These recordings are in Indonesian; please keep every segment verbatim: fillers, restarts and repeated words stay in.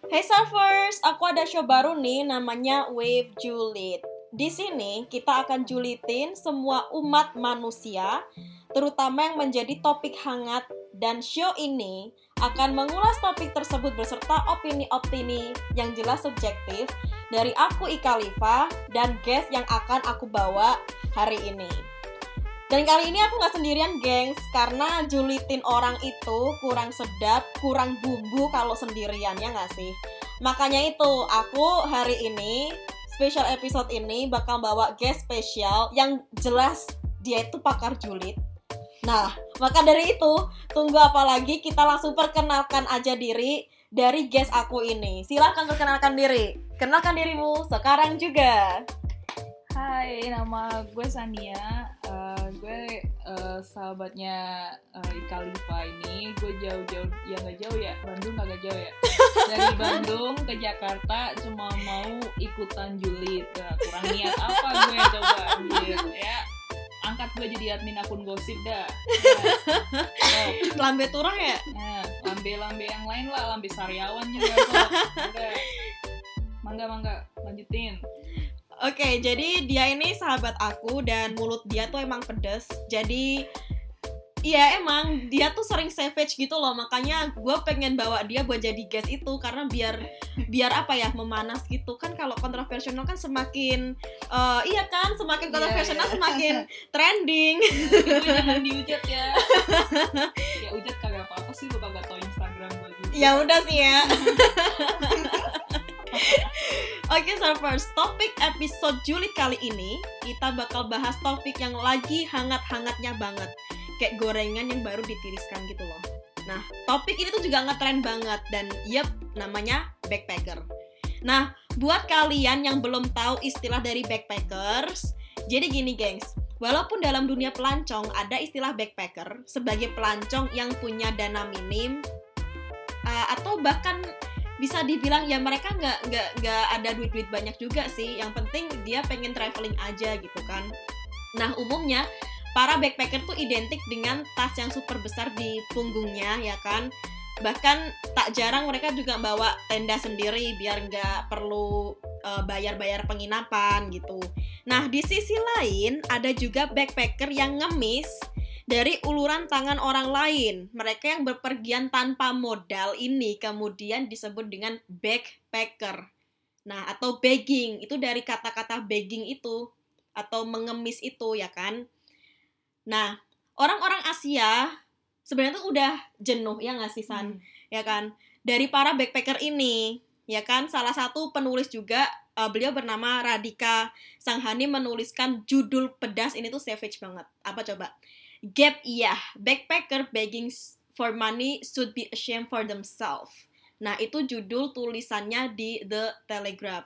Hey surfers, aku ada show baru nih namanya Wave Julid. Di sini kita akan julitin semua umat manusia, terutama yang menjadi topik hangat, dan show ini akan mengulas topik tersebut beserta opini-opini yang jelas subjektif dari aku Ika Liva dan guest yang akan aku bawa hari ini. Dan kali ini aku gak sendirian gengs, karena julitin orang itu kurang sedap, kurang bumbu kalau sendirian, ya gak sih? Makanya itu, aku hari ini, special episode ini bakal bawa guest spesial yang jelas dia itu pakar julid. Nah, maka dari itu, tunggu apa lagi, kita langsung perkenalkan aja diri dari guest aku ini. Silakan perkenalkan diri. Kenalkan dirimu sekarang juga. Hai, nama gue Sania. Uh, gue uh, sahabatnya uh, Ika Liva ini. Gue jauh-jauh, ya nggak jauh ya, Bandung kagak jauh ya. Dari Bandung ke Jakarta cuma mau ikutan julid. Nah, kurang niat apa gue coba anjir ya. Angkat gue jadi admin akun gosip dah. Nah, lambe turang ya? Nah, lambe-lambe yang lain lah, lambe sariawan juga kok. Udah. Mangga-mangga, lanjutin. Oke, okay, jadi dia ini sahabat aku dan mulut dia tuh emang pedes. Jadi, iya emang dia tuh sering savage gitu loh. Makanya gue pengen bawa dia buat jadi guest itu karena biar biar apa ya, memanas gitu kan. Kalau kontroversial kan semakin uh, iya kan, semakin kontroversial yeah, yeah. semakin trending. Itu jangan diujat ya. Ya ujat kagak apa-apa sih, lu kagak tau Instagram gue juga. Ya udah sih ya. Oke, okay, so first topik episode julid kali ini kita bakal bahas topik yang lagi hangat-hangatnya banget, kayak gorengan yang baru ditiriskan gitu loh. Nah, topik ini tuh juga ngetrend banget dan yep, namanya backpacker. Nah, buat kalian yang belum tahu istilah dari backpackers, jadi gini gengs, walaupun dalam dunia pelancong ada istilah backpacker sebagai pelancong yang punya dana minim uh, atau bahkan bisa dibilang ya mereka nggak nggak nggak ada duit-duit banyak juga sih. Yang penting dia pengen traveling aja gitu kan. Nah, umumnya para backpacker tuh identik dengan tas yang super besar di punggungnya ya kan. Bahkan tak jarang mereka juga bawa tenda sendiri biar nggak perlu uh, bayar-bayar penginapan gitu. Nah, di sisi lain ada juga backpacker yang ngemis dari uluran tangan orang lain. Mereka yang berpergian tanpa modal ini kemudian disebut dengan backpacker. Nah, atau begging, itu dari kata-kata begging itu, atau mengemis itu, ya kan? Nah, orang-orang Asia sebenarnya tuh udah jenuh, ya nggak sih, San? Hmm. Ya kan? Dari para backpacker ini, ya kan? Salah satu penulis juga, uh, beliau bernama Radhika Sanghani menuliskan judul pedas ini tuh savage banget. Apa coba? Gap, iya, backpacker begging for money should be ashamed for themselves. Nah, itu judul tulisannya di The Telegraph.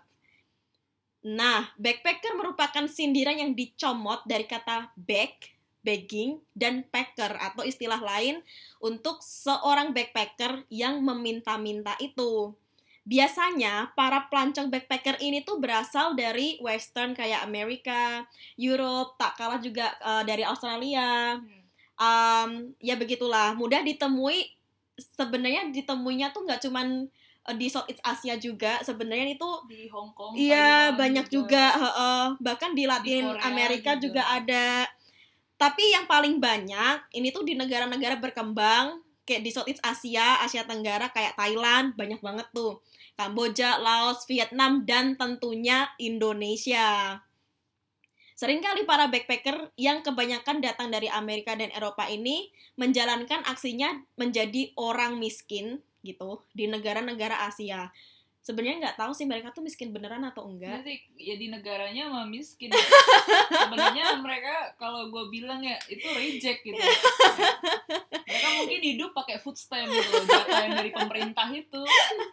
Nah, backpacker merupakan sindiran yang dicomot dari kata beg, begging, dan packer atau istilah lain untuk seorang backpacker yang meminta-minta itu. Biasanya, para pelancong backpacker ini tuh berasal dari Western kayak Amerika, Europe, tak kalah juga uh, dari Australia. Um, ya begitulah, mudah ditemui. Sebenarnya ditemuinya tuh nggak cuman uh, di Southeast Asia juga. Sebenarnya itu di Hong Kong. Iya, banyak juga. juga. Uh, uh, bahkan di Latin di Amerika juga. juga ada. Tapi yang paling banyak ini tuh di negara-negara berkembang. Kayak di Southeast Asia, Asia Tenggara kayak Thailand, banyak banget tuh. Kamboja, Laos, Vietnam, dan tentunya Indonesia. Seringkali para backpacker yang kebanyakan datang dari Amerika dan Eropa ini menjalankan aksinya menjadi orang miskin gitu di negara-negara Asia. Sebenarnya nggak tahu sih mereka tuh miskin beneran atau enggak. Nanti ya di negaranya mah miskin. Sebenarnya mereka kalau gue bilang ya itu reject gitu. Mereka mungkin hidup pakai food stamp gitu, jatah yang dari pemerintah itu.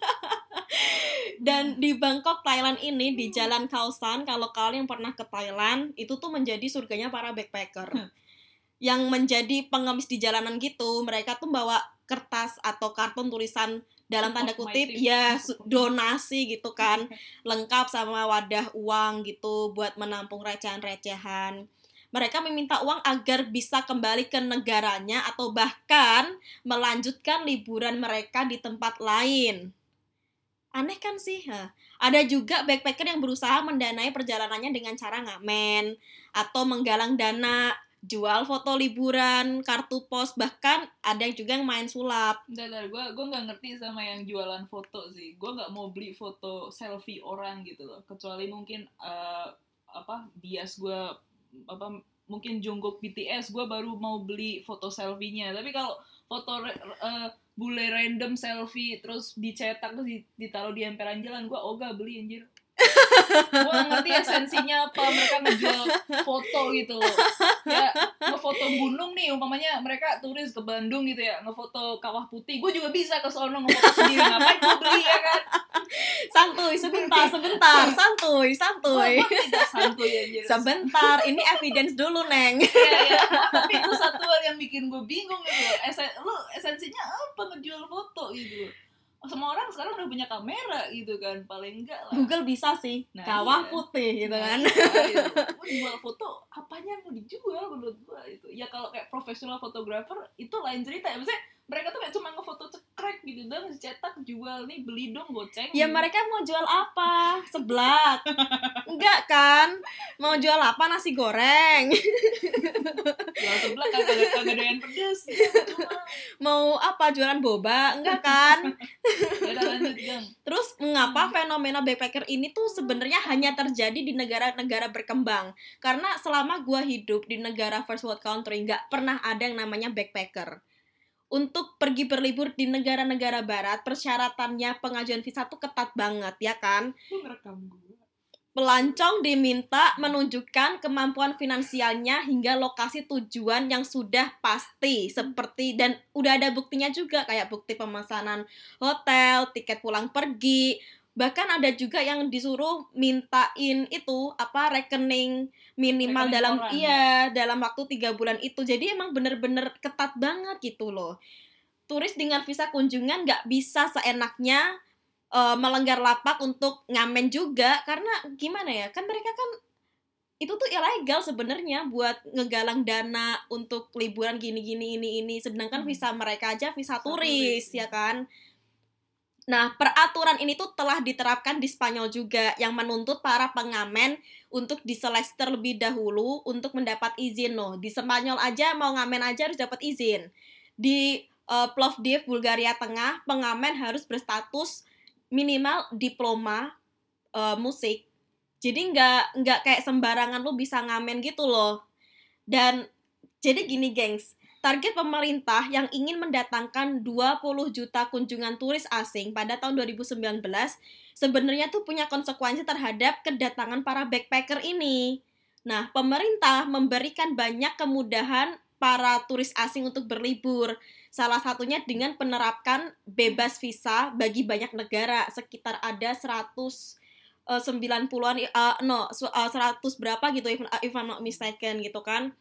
Dan di Bangkok, Thailand ini di Jalan Khao San, kalau kalian pernah ke Thailand, itu tuh menjadi surganya para backpacker. Yang menjadi pengemis di jalanan gitu, mereka tuh bawa kertas atau karton tulisan dalam tanda kutip ya donasi gitu kan, lengkap sama wadah uang gitu buat menampung recehan-recehan. Mereka meminta uang agar bisa kembali ke negaranya atau bahkan melanjutkan liburan mereka di tempat lain. Aneh kan sih? Hah. Ada juga backpacker yang berusaha mendanai perjalanannya dengan cara ngamen atau menggalang dana, jual foto liburan, kartu pos, bahkan ada yang juga yang main sulap. Bentar, gue gue nggak ngerti sama yang jualan foto sih. Gue nggak mau beli foto selfie orang gitu loh. Kecuali mungkin uh, apa bias gue apa mungkin Jungkook B T S gue baru mau beli foto selfie-nya. Tapi kalau foto uh, bule random selfie terus dicetak terus ditaruh di emperan jalan, gue ogah beli anjir. Gue gak ngerti esensinya apa mereka ngejual foto gitu loh. Ya ngefoto gunung nih umpamanya mereka turis ke Bandung gitu ya, ngefoto kawah putih, gue juga bisa ke sono ngefoto sendiri, ngapain gue beli ya kan. Santuy, sebentar, sebentar, santuy, santuy. Gue tidak santuy anjir. Sebentar, ini evidence dulu, Neng. Iya, iya, tapi itu satu hal yang bikin gue bingung gitu loh. Esen, lu esensinya apa ngejual foto gitu loh. Semua orang sekarang udah punya kamera gitu kan, paling enggak lah. Google bisa sih, nah, kawah iya. putih gitu nah, kan. Iya, gitu. Jual foto, apanya yang mau dijual menurut gue itu. Ya kalau kayak profesional fotografer itu lain cerita ya. Maksudnya mereka tuh kayak cuma ngefoto cekrek gitu dan cetak jual nih, beli dong goceng. Ya gitu. Mereka mau jual apa? Seblak? Enggak kan? Mau jual apa? Nasi goreng? Jual seblak kagak kagak doyan pedes. Mau apa? Jualan boba? Enggak kan? Udah lanjut, Gang. Terus mengapa fenomena backpacker ini tuh sebenarnya hanya terjadi di negara-negara berkembang? Karena selama gua hidup di negara first world country nggak pernah ada yang namanya backpacker. Untuk pergi berlibur di negara-negara barat, persyaratannya pengajuan visa tuh ketat banget, ya kan? Lu ngerekam gue. Pelancong diminta menunjukkan kemampuan finansialnya hingga lokasi tujuan yang sudah pasti, seperti dan udah ada buktinya juga kayak bukti pemesanan hotel, tiket pulang pergi. Bahkan ada juga yang disuruh mintain itu apa rekening minimal rekening dalam orang, iya ya? Dalam waktu tiga bulan itu. Jadi emang bener-bener ketat banget gitu loh. Turis dengan visa kunjungan nggak bisa seenaknya uh, melanggar lapak untuk ngamen juga, karena gimana ya, kan mereka kan itu tuh ilegal sebenarnya buat ngegalang dana untuk liburan gini-gini ini ini. Sedangkan hmm. visa mereka aja visa turis, turis ya kan. Nah, peraturan ini tuh telah diterapkan di Spanyol juga, yang menuntut para pengamen untuk diseleksi terlebih dahulu untuk mendapat izin loh. Di Spanyol aja mau ngamen aja harus dapat izin. Di uh, Plovdiv, Bulgaria Tengah, pengamen harus berstatus minimal diploma uh, musik. Jadi nggak nggak kayak sembarangan lu bisa ngamen gitu loh. Dan jadi gini, gengs. Target pemerintah yang ingin mendatangkan dua puluh juta kunjungan turis asing pada tahun dua ribu sembilan belas sebenarnya tuh punya konsekuensi terhadap kedatangan para backpacker ini. Nah, pemerintah memberikan banyak kemudahan para turis asing untuk berlibur. Salah satunya dengan penerapkan bebas visa bagi banyak negara, sekitar ada seratus sembilan puluhan uh, no seratus berapa gitu if, if I'm not mistaken gitu kan.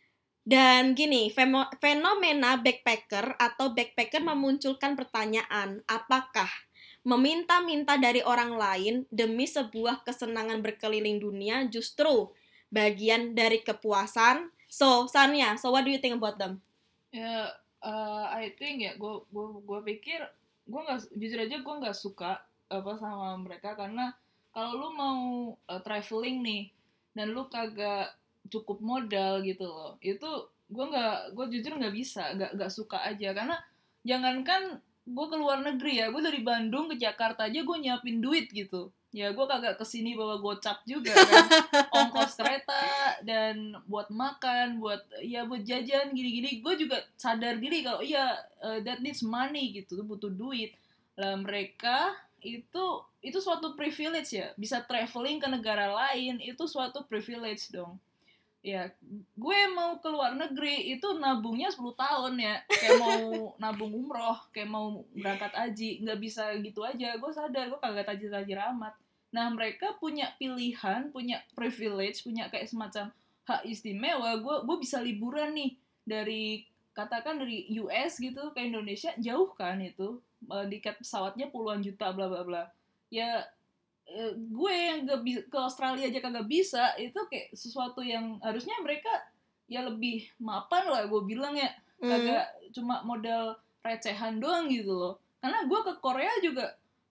Dan gini, fenomena backpacker atau backpacker memunculkan pertanyaan, apakah meminta-minta dari orang lain demi sebuah kesenangan berkeliling dunia justru bagian dari kepuasan? So, Sania, so what do you think about them? Ya, uh, I think ya, gue gue gue pikir, gue nggak jujur aja gue nggak suka apa sama mereka, karena kalau lu mau uh, traveling nih dan lu kagak cukup modal gitu loh, itu gue nggak gue jujur nggak bisa nggak nggak suka aja, karena jangankan gue ke luar negeri ya, gue dari Bandung ke Jakarta aja gue nyiapin duit gitu ya, gue kagak kesini bawa gocap juga kan, ongkos kereta dan buat makan, buat ya buat jajan gini-gini, gue juga sadar diri kalau iya uh, that needs money gitu, butuh duit lah. Mereka itu itu suatu privilege ya, bisa traveling ke negara lain itu suatu privilege dong. Ya, gue mau ke luar negeri itu nabungnya sepuluh tahun ya, kayak mau nabung umroh, kayak mau berangkat haji, nggak bisa gitu aja. Gue sadar, gue kagak tajir-tajir amat. Nah, mereka punya pilihan, punya privilege, punya kayak semacam hak istimewa. Gue gue bisa liburan nih dari, katakan dari U S gitu ke Indonesia, jauh kan itu, tiket pesawatnya puluhan juta, bla bla bla. Ya, gue yang gak bi- ke Australia aja kagak bisa, itu kayak sesuatu yang harusnya mereka ya lebih mapan lah, gue bilang ya, kagak mm. cuma modal recehan doang gitu loh. Karena gue ke Korea juga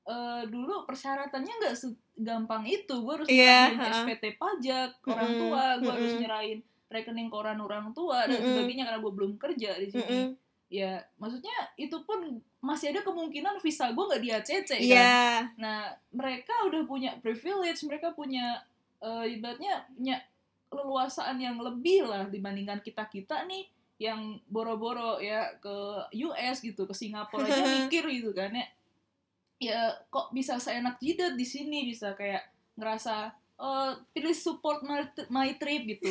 uh, dulu persyaratannya nggak segampang itu. Gue harus Iya, nyerahin ha-ha. S P T pajak ke orang Mm-mm, tua, gue harus mm-mm, nyerahin rekening koran orang tua dan mm-mm, sebagainya karena gue belum kerja di sini. mm-mm. Ya maksudnya itu pun masih ada kemungkinan visa gue nggak di A C C kan. Iya. Nah mereka udah punya privilege, mereka punya uh, ibaratnya punya leluasaan yang lebih lah dibandingkan kita kita nih yang boro-boro ya ke U S gitu, ke Singapura aja mikir gitu kan ya. Ya kok bisa seenak jidat di sini, bisa kayak ngerasa uh, pilih support my, my trip gitu.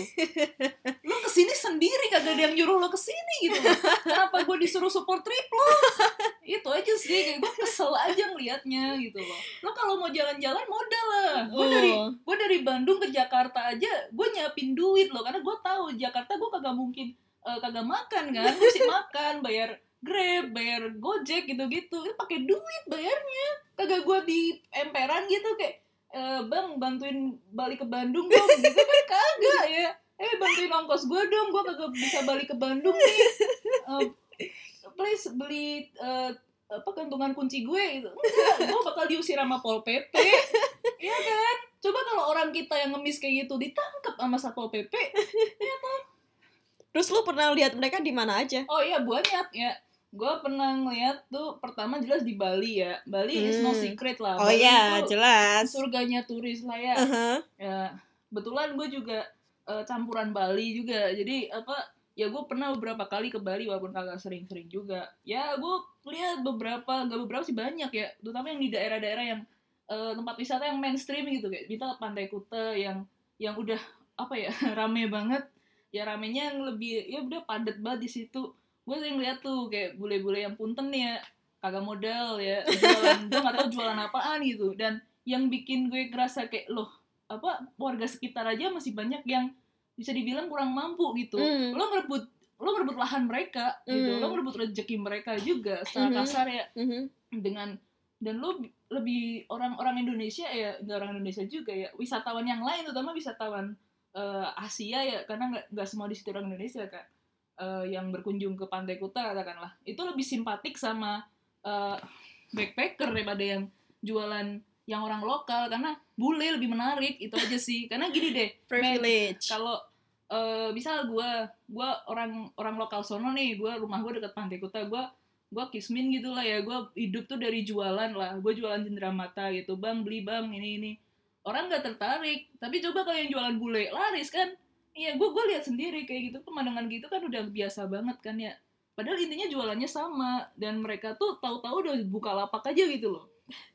Lo kesini sendiri, kagak ada yang nyuruh lo kesini gitu loh. Kenapa gue disuruh support trip lo? Itu aja sih, kayak gue kesel aja ngeliatnya gitu loh. Lo kalau mau jalan-jalan modal lah. Gue dari gue dari Bandung ke Jakarta aja gue nyiapin duit loh, karena gue tahu Jakarta gue kagak mungkin uh, kagak makan kan, mesti makan, bayar Grab, bayar Gojek gitu-gitu, itu pakai duit bayarnya. Kagak gue di emperan gitu kayak e, bang bantuin balik ke Bandung dong gitu kan, kagak ya. Eh bantuin ongkos gue dong, gue kagak bisa balik ke Bandung nih. Uh, please beli uh, apa gantungan kunci gue gitu. Enggak, gue bakal diusir sama Pol P P. Iya kan? Coba kalau orang kita yang ngemis kayak gitu ditangkap sama Satpol P P, ya toh. Terus lu pernah lihat mereka di mana aja? Oh iya banyak ya. Gue pernah ngeliat tuh pertama jelas di Bali ya. Bali hmm. is no secret lah. Oh Bali iya jelas. Surganya turis lah ya. Uh-huh. Ya kebetulan gue juga uh, campuran Bali juga. Jadi apa? Ya gue pernah beberapa kali ke Bali walaupun kagak sering-sering juga. Ya gue lihat beberapa, gak beberapa sih banyak ya. Terutama yang di daerah-daerah yang uh, tempat wisata yang mainstream gitu kayak kita Pantai Kuta yang yang udah apa ya rame banget. Ya ramenya yang lebih ya udah padat banget di situ. Gue sering lihat tuh kayak bule-bule yang punten ya, kagak modal ya, jualan, gue nggak tahu jualan apaan gitu. Dan yang bikin gue ngerasa kayak loh apa warga sekitar aja masih banyak yang bisa dibilang kurang mampu gitu. Mm. Lo merebut lo merebut lahan mereka gitu, mm. lo merebut rezeki mereka juga secara mm-hmm. kasar ya. Mm-hmm. Dengan dan lo lebih orang-orang Indonesia ya, nggak orang Indonesia juga ya, wisatawan yang lain terutama wisatawan uh, Asia ya, karena nggak nggak semua di situ orang Indonesia kan. Uh, yang berkunjung ke Pantai Kuta katakanlah itu lebih simpatik sama uh, backpacker daripada yang jualan yang orang lokal, karena bule lebih menarik itu aja sih. Karena gini deh, privilege. Kalau uh, misal gue gue orang orang lokal sono nih, gue rumah gue dekat Pantai Kuta, gue gue kismin gitulah ya, gue hidup tuh dari jualan lah, gue jualan cenderamata gitu, bang beli bang ini ini, orang nggak tertarik. Tapi coba kalau yang jualan bule laris kan. Iya, gue gue lihat sendiri kayak gitu, pemandangan gitu kan udah biasa banget kan ya. Padahal intinya jualannya sama dan mereka tuh tahu-tahu udah buka lapak aja gitu loh.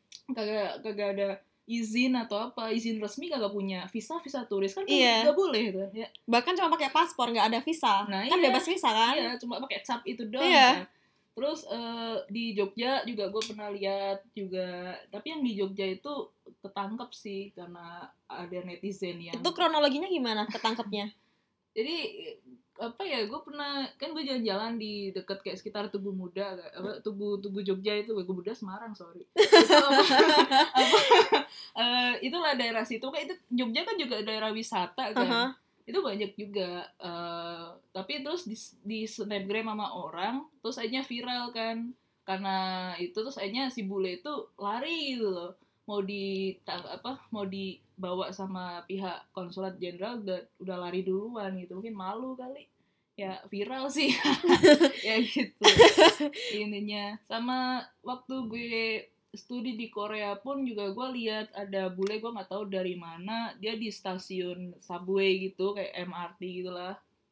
Kagak kagak ada izin atau apa, izin resmi kagak punya, visa visa turis kan iya. Gak boleh kan ya. Bahkan cuma pakai paspor, nggak ada visa. Nah, kan iya. Bebas visa kan? Iya, cuma pakai cap itu doang. Iya. Kan. Terus uh, di Jogja juga gue pernah lihat juga, tapi yang di Jogja itu ketangkep sih karena ada netizen yang. Itu kronologinya gimana ketangkepnya? Jadi apa ya, gue pernah kan gue jalan-jalan di dekat kayak sekitar Tugu Muda, apa Tugu Tugu Jogja itu, Tugu Muda Semarang sorry. Itu apa, apa, uh, itulah daerah situ kayak itu Jogja kan juga daerah wisata kan. Uh-huh. Itu banyak juga, uh, tapi terus di, di snapgram sama orang, terus akhirnya viral kan, karena itu terus akhirnya si bule itu lari gitu loh, mau di apa mau dibawa sama pihak konsulat jenderal, udah udah lari duluan gitu, mungkin malu kali, ya viral sih, ya gitu intinya. Sama waktu gue studi di Korea pun juga gue lihat ada bule, gue nggak tahu dari mana, dia di stasiun subway gitu kayak M R T gitulah.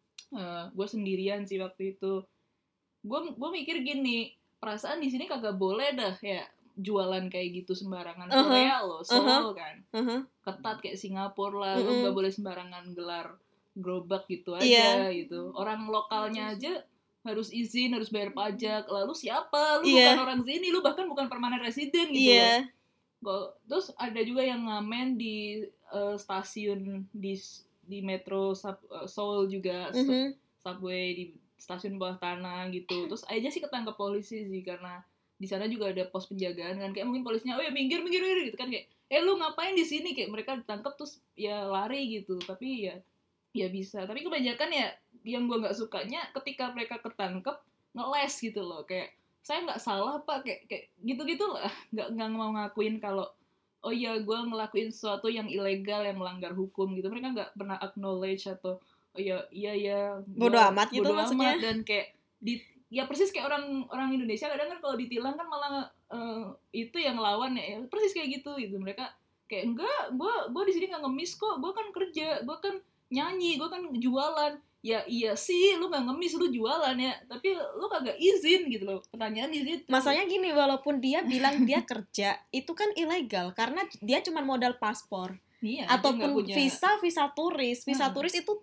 Uh, gue sendirian sih waktu itu. Gue gue mikir gini, perasaan di sini kagak boleh dah ya jualan kayak gitu sembarangan. Uh-huh. Korea loh, Seoul uh-huh. kan, uh-huh. ketat kayak Singapura lah, uh-huh. lo nggak boleh sembarangan gelar gerobak gitu aja yeah. gitu. Orang lokalnya aja harus izin, harus bayar pajak. Lalu siapa? Lu yeah. bukan orang sini, lu bahkan bukan permanent resident gitu yeah. loh. Terus ada juga yang ngamen di uh, stasiun di di metro sub, uh, Seoul juga, mm-hmm. subway di stasiun bawah tanah gitu. Terus aja sih ketangkep polisi sih, karena di sana juga ada pos penjagaan kan. Kayak mungkin polisinya, oh ya minggir minggir minggir gitu kan, kayak eh lu ngapain di sini, kayak mereka ditangkap terus ya lari gitu. Tapi ya ya bisa. Tapi kebanyakan ya yang gue nggak sukanya ketika mereka ketangkep ngeles gitu loh, kayak saya nggak salah pak, kayak kayak gitu-gitu lah, nggak nggak mau ngakuin kalau oh iya gue ngelakuin sesuatu yang ilegal yang melanggar hukum gitu. Mereka nggak pernah acknowledge atau oh iya iya ya bodo amat gitu bodo maksudnya. amat. Dan kayak di ya persis kayak orang orang Indonesia kadang kan kalau ditilang kan malah uh, itu yang lawan ya, persis kayak gitu gitu. Mereka kayak enggak, gue gue di sini nggak ngemis kok, gue kan kerja, gue kan nyanyi, gue kan jualan. Ya iya sih, lu gak ngemis, lu jualan ya, tapi lu kagak izin gitu loh. Pertanyaan di situ. Masalahnya gini, walaupun dia bilang dia kerja, itu kan ilegal karena dia cuma modal paspor. Iya, ataupun punya... visa visa turis. Visa hmm. turis itu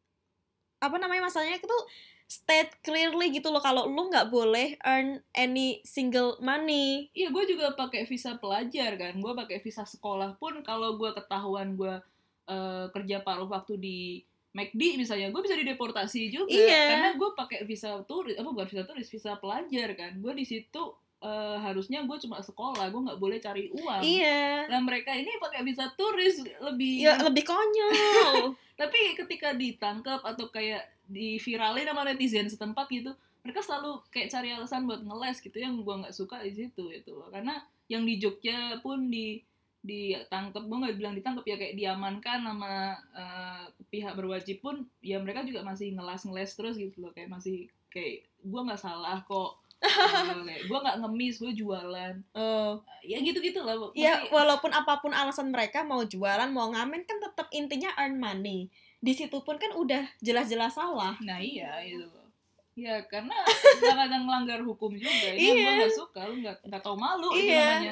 apa namanya, masalahnya itu state clearly gitu loh kalau lu nggak boleh earn any single money. Iya, gue juga pakai visa pelajar kan, gue pakai visa sekolah pun kalau gue ketahuan gue uh, kerja paruh waktu di McD misalnya, gue bisa dideportasi juga. Iya. Karena gue pakai visa turis, apa bukan visa turis, visa pelajar kan. Gue di situ uh, harusnya gue cuma sekolah, gue nggak boleh cari uang. Iya. Nah mereka ini pakai visa turis lebih. Ya lebih konyol. Tapi ketika ditangkap atau kayak diviralin sama netizen setempat gitu, mereka selalu kayak cari alasan buat ngeles gitu, yang gue nggak suka di situ itu. Karena yang di Jogja pun di ditangkap, gue nggak bilang ditangkap ya, kayak diamankan sama uh, pihak berwajib pun ya mereka juga masih ngelas-ngeles terus gitu loh, kayak masih kayak gue nggak salah kok, gue nggak ngemis, gue jualan, oh. ya gitu-gitu lah. Masih... ya walaupun apapun alasan mereka, mau jualan mau ngamen kan tetap intinya earn money. Di situ pun kan udah jelas-jelas salah. Nah iya itu ya, karena nggak ada ngelanggar hukum juga. Ini gue nggak suka, lu nggak nggak tau malu itu namanya.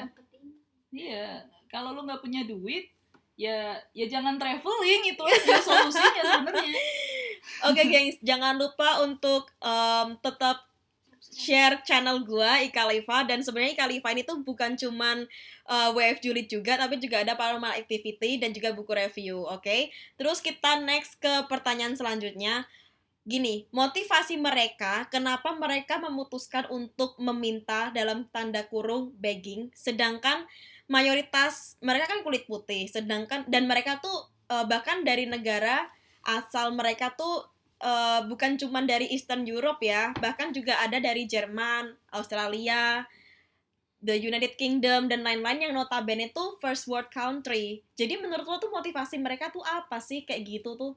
Iya. Kalau lu nggak punya duit, ya ya jangan traveling, itu aja solusinya sebenarnya. Oke okay, guys, jangan lupa untuk um, tetap share channel gua Ika Liva, dan sebenarnya Ika Liva ini tuh bukan cuman uh, W F Julid juga, tapi juga ada paranormal activity dan juga buku review. Oke, okay? Terus kita next ke pertanyaan selanjutnya. Gini, motivasi mereka, kenapa mereka memutuskan untuk meminta dalam tanda kurung begging, sedangkan mayoritas mereka kan kulit putih, sedangkan dan mereka tuh uh, bahkan dari negara asal mereka tuh uh, bukan cuma dari Eastern Europe ya, bahkan juga ada dari Jerman, Australia, the United Kingdom dan lain-lain yang notabene tuh first world country. Jadi menurut lo tuh motivasi mereka tuh apa sih kayak gitu tuh?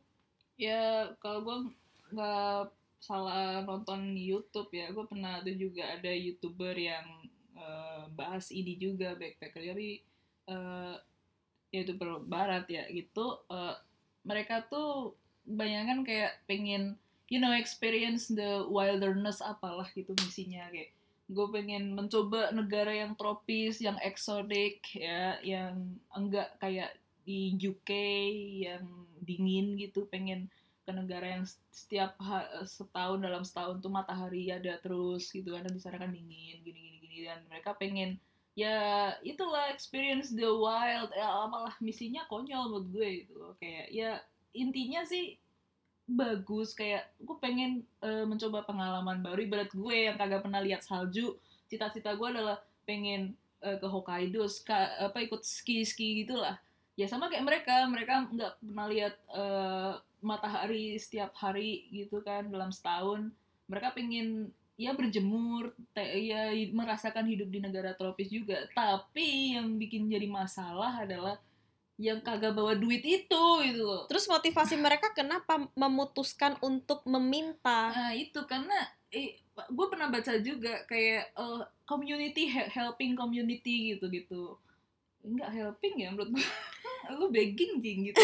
Ya kalau gue nggak salah nonton YouTube ya, gue pernah tuh juga ada YouTuber yang Uh, bahas ini juga, backpacker, tapi uh, ya itu barat ya gitu. Uh, mereka tuh kebanyakan kayak pengen you know experience the wilderness apalah gitu misinya, kayak gue pengen mencoba negara yang tropis, yang eksotik ya, yang enggak kayak di U K yang dingin gitu, pengen ke negara yang setiap ha- setahun dalam setahun tuh matahari ada terus gitu, karena di sana kan dingin gini-gini gini, dan mereka pengen ya itulah experience the wild. Ya malah misinya konyol menurut gue gitu loh, kayak ya intinya sih bagus, kayak gue pengen uh, mencoba pengalaman baru. Ibarat gue yang kagak pernah lihat salju, cita-cita gue adalah pengen uh, ke Hokkaido, ska, apa ikut ski-ski gitulah. Ya sama kayak mereka, mereka nggak pernah lihat uh, matahari setiap hari gitu kan dalam setahun. Mereka pengen ya berjemur, te- ya merasakan hidup di negara tropis juga. Tapi yang bikin jadi masalah adalah yang kagak bawa duit itu gitu loh. Terus motivasi mereka kenapa memutuskan untuk meminta? Nah itu karena eh, gue pernah baca juga kayak uh, community helping community gitu gitu. Enggak helping ya menurut gue. Lu begging jing gitu.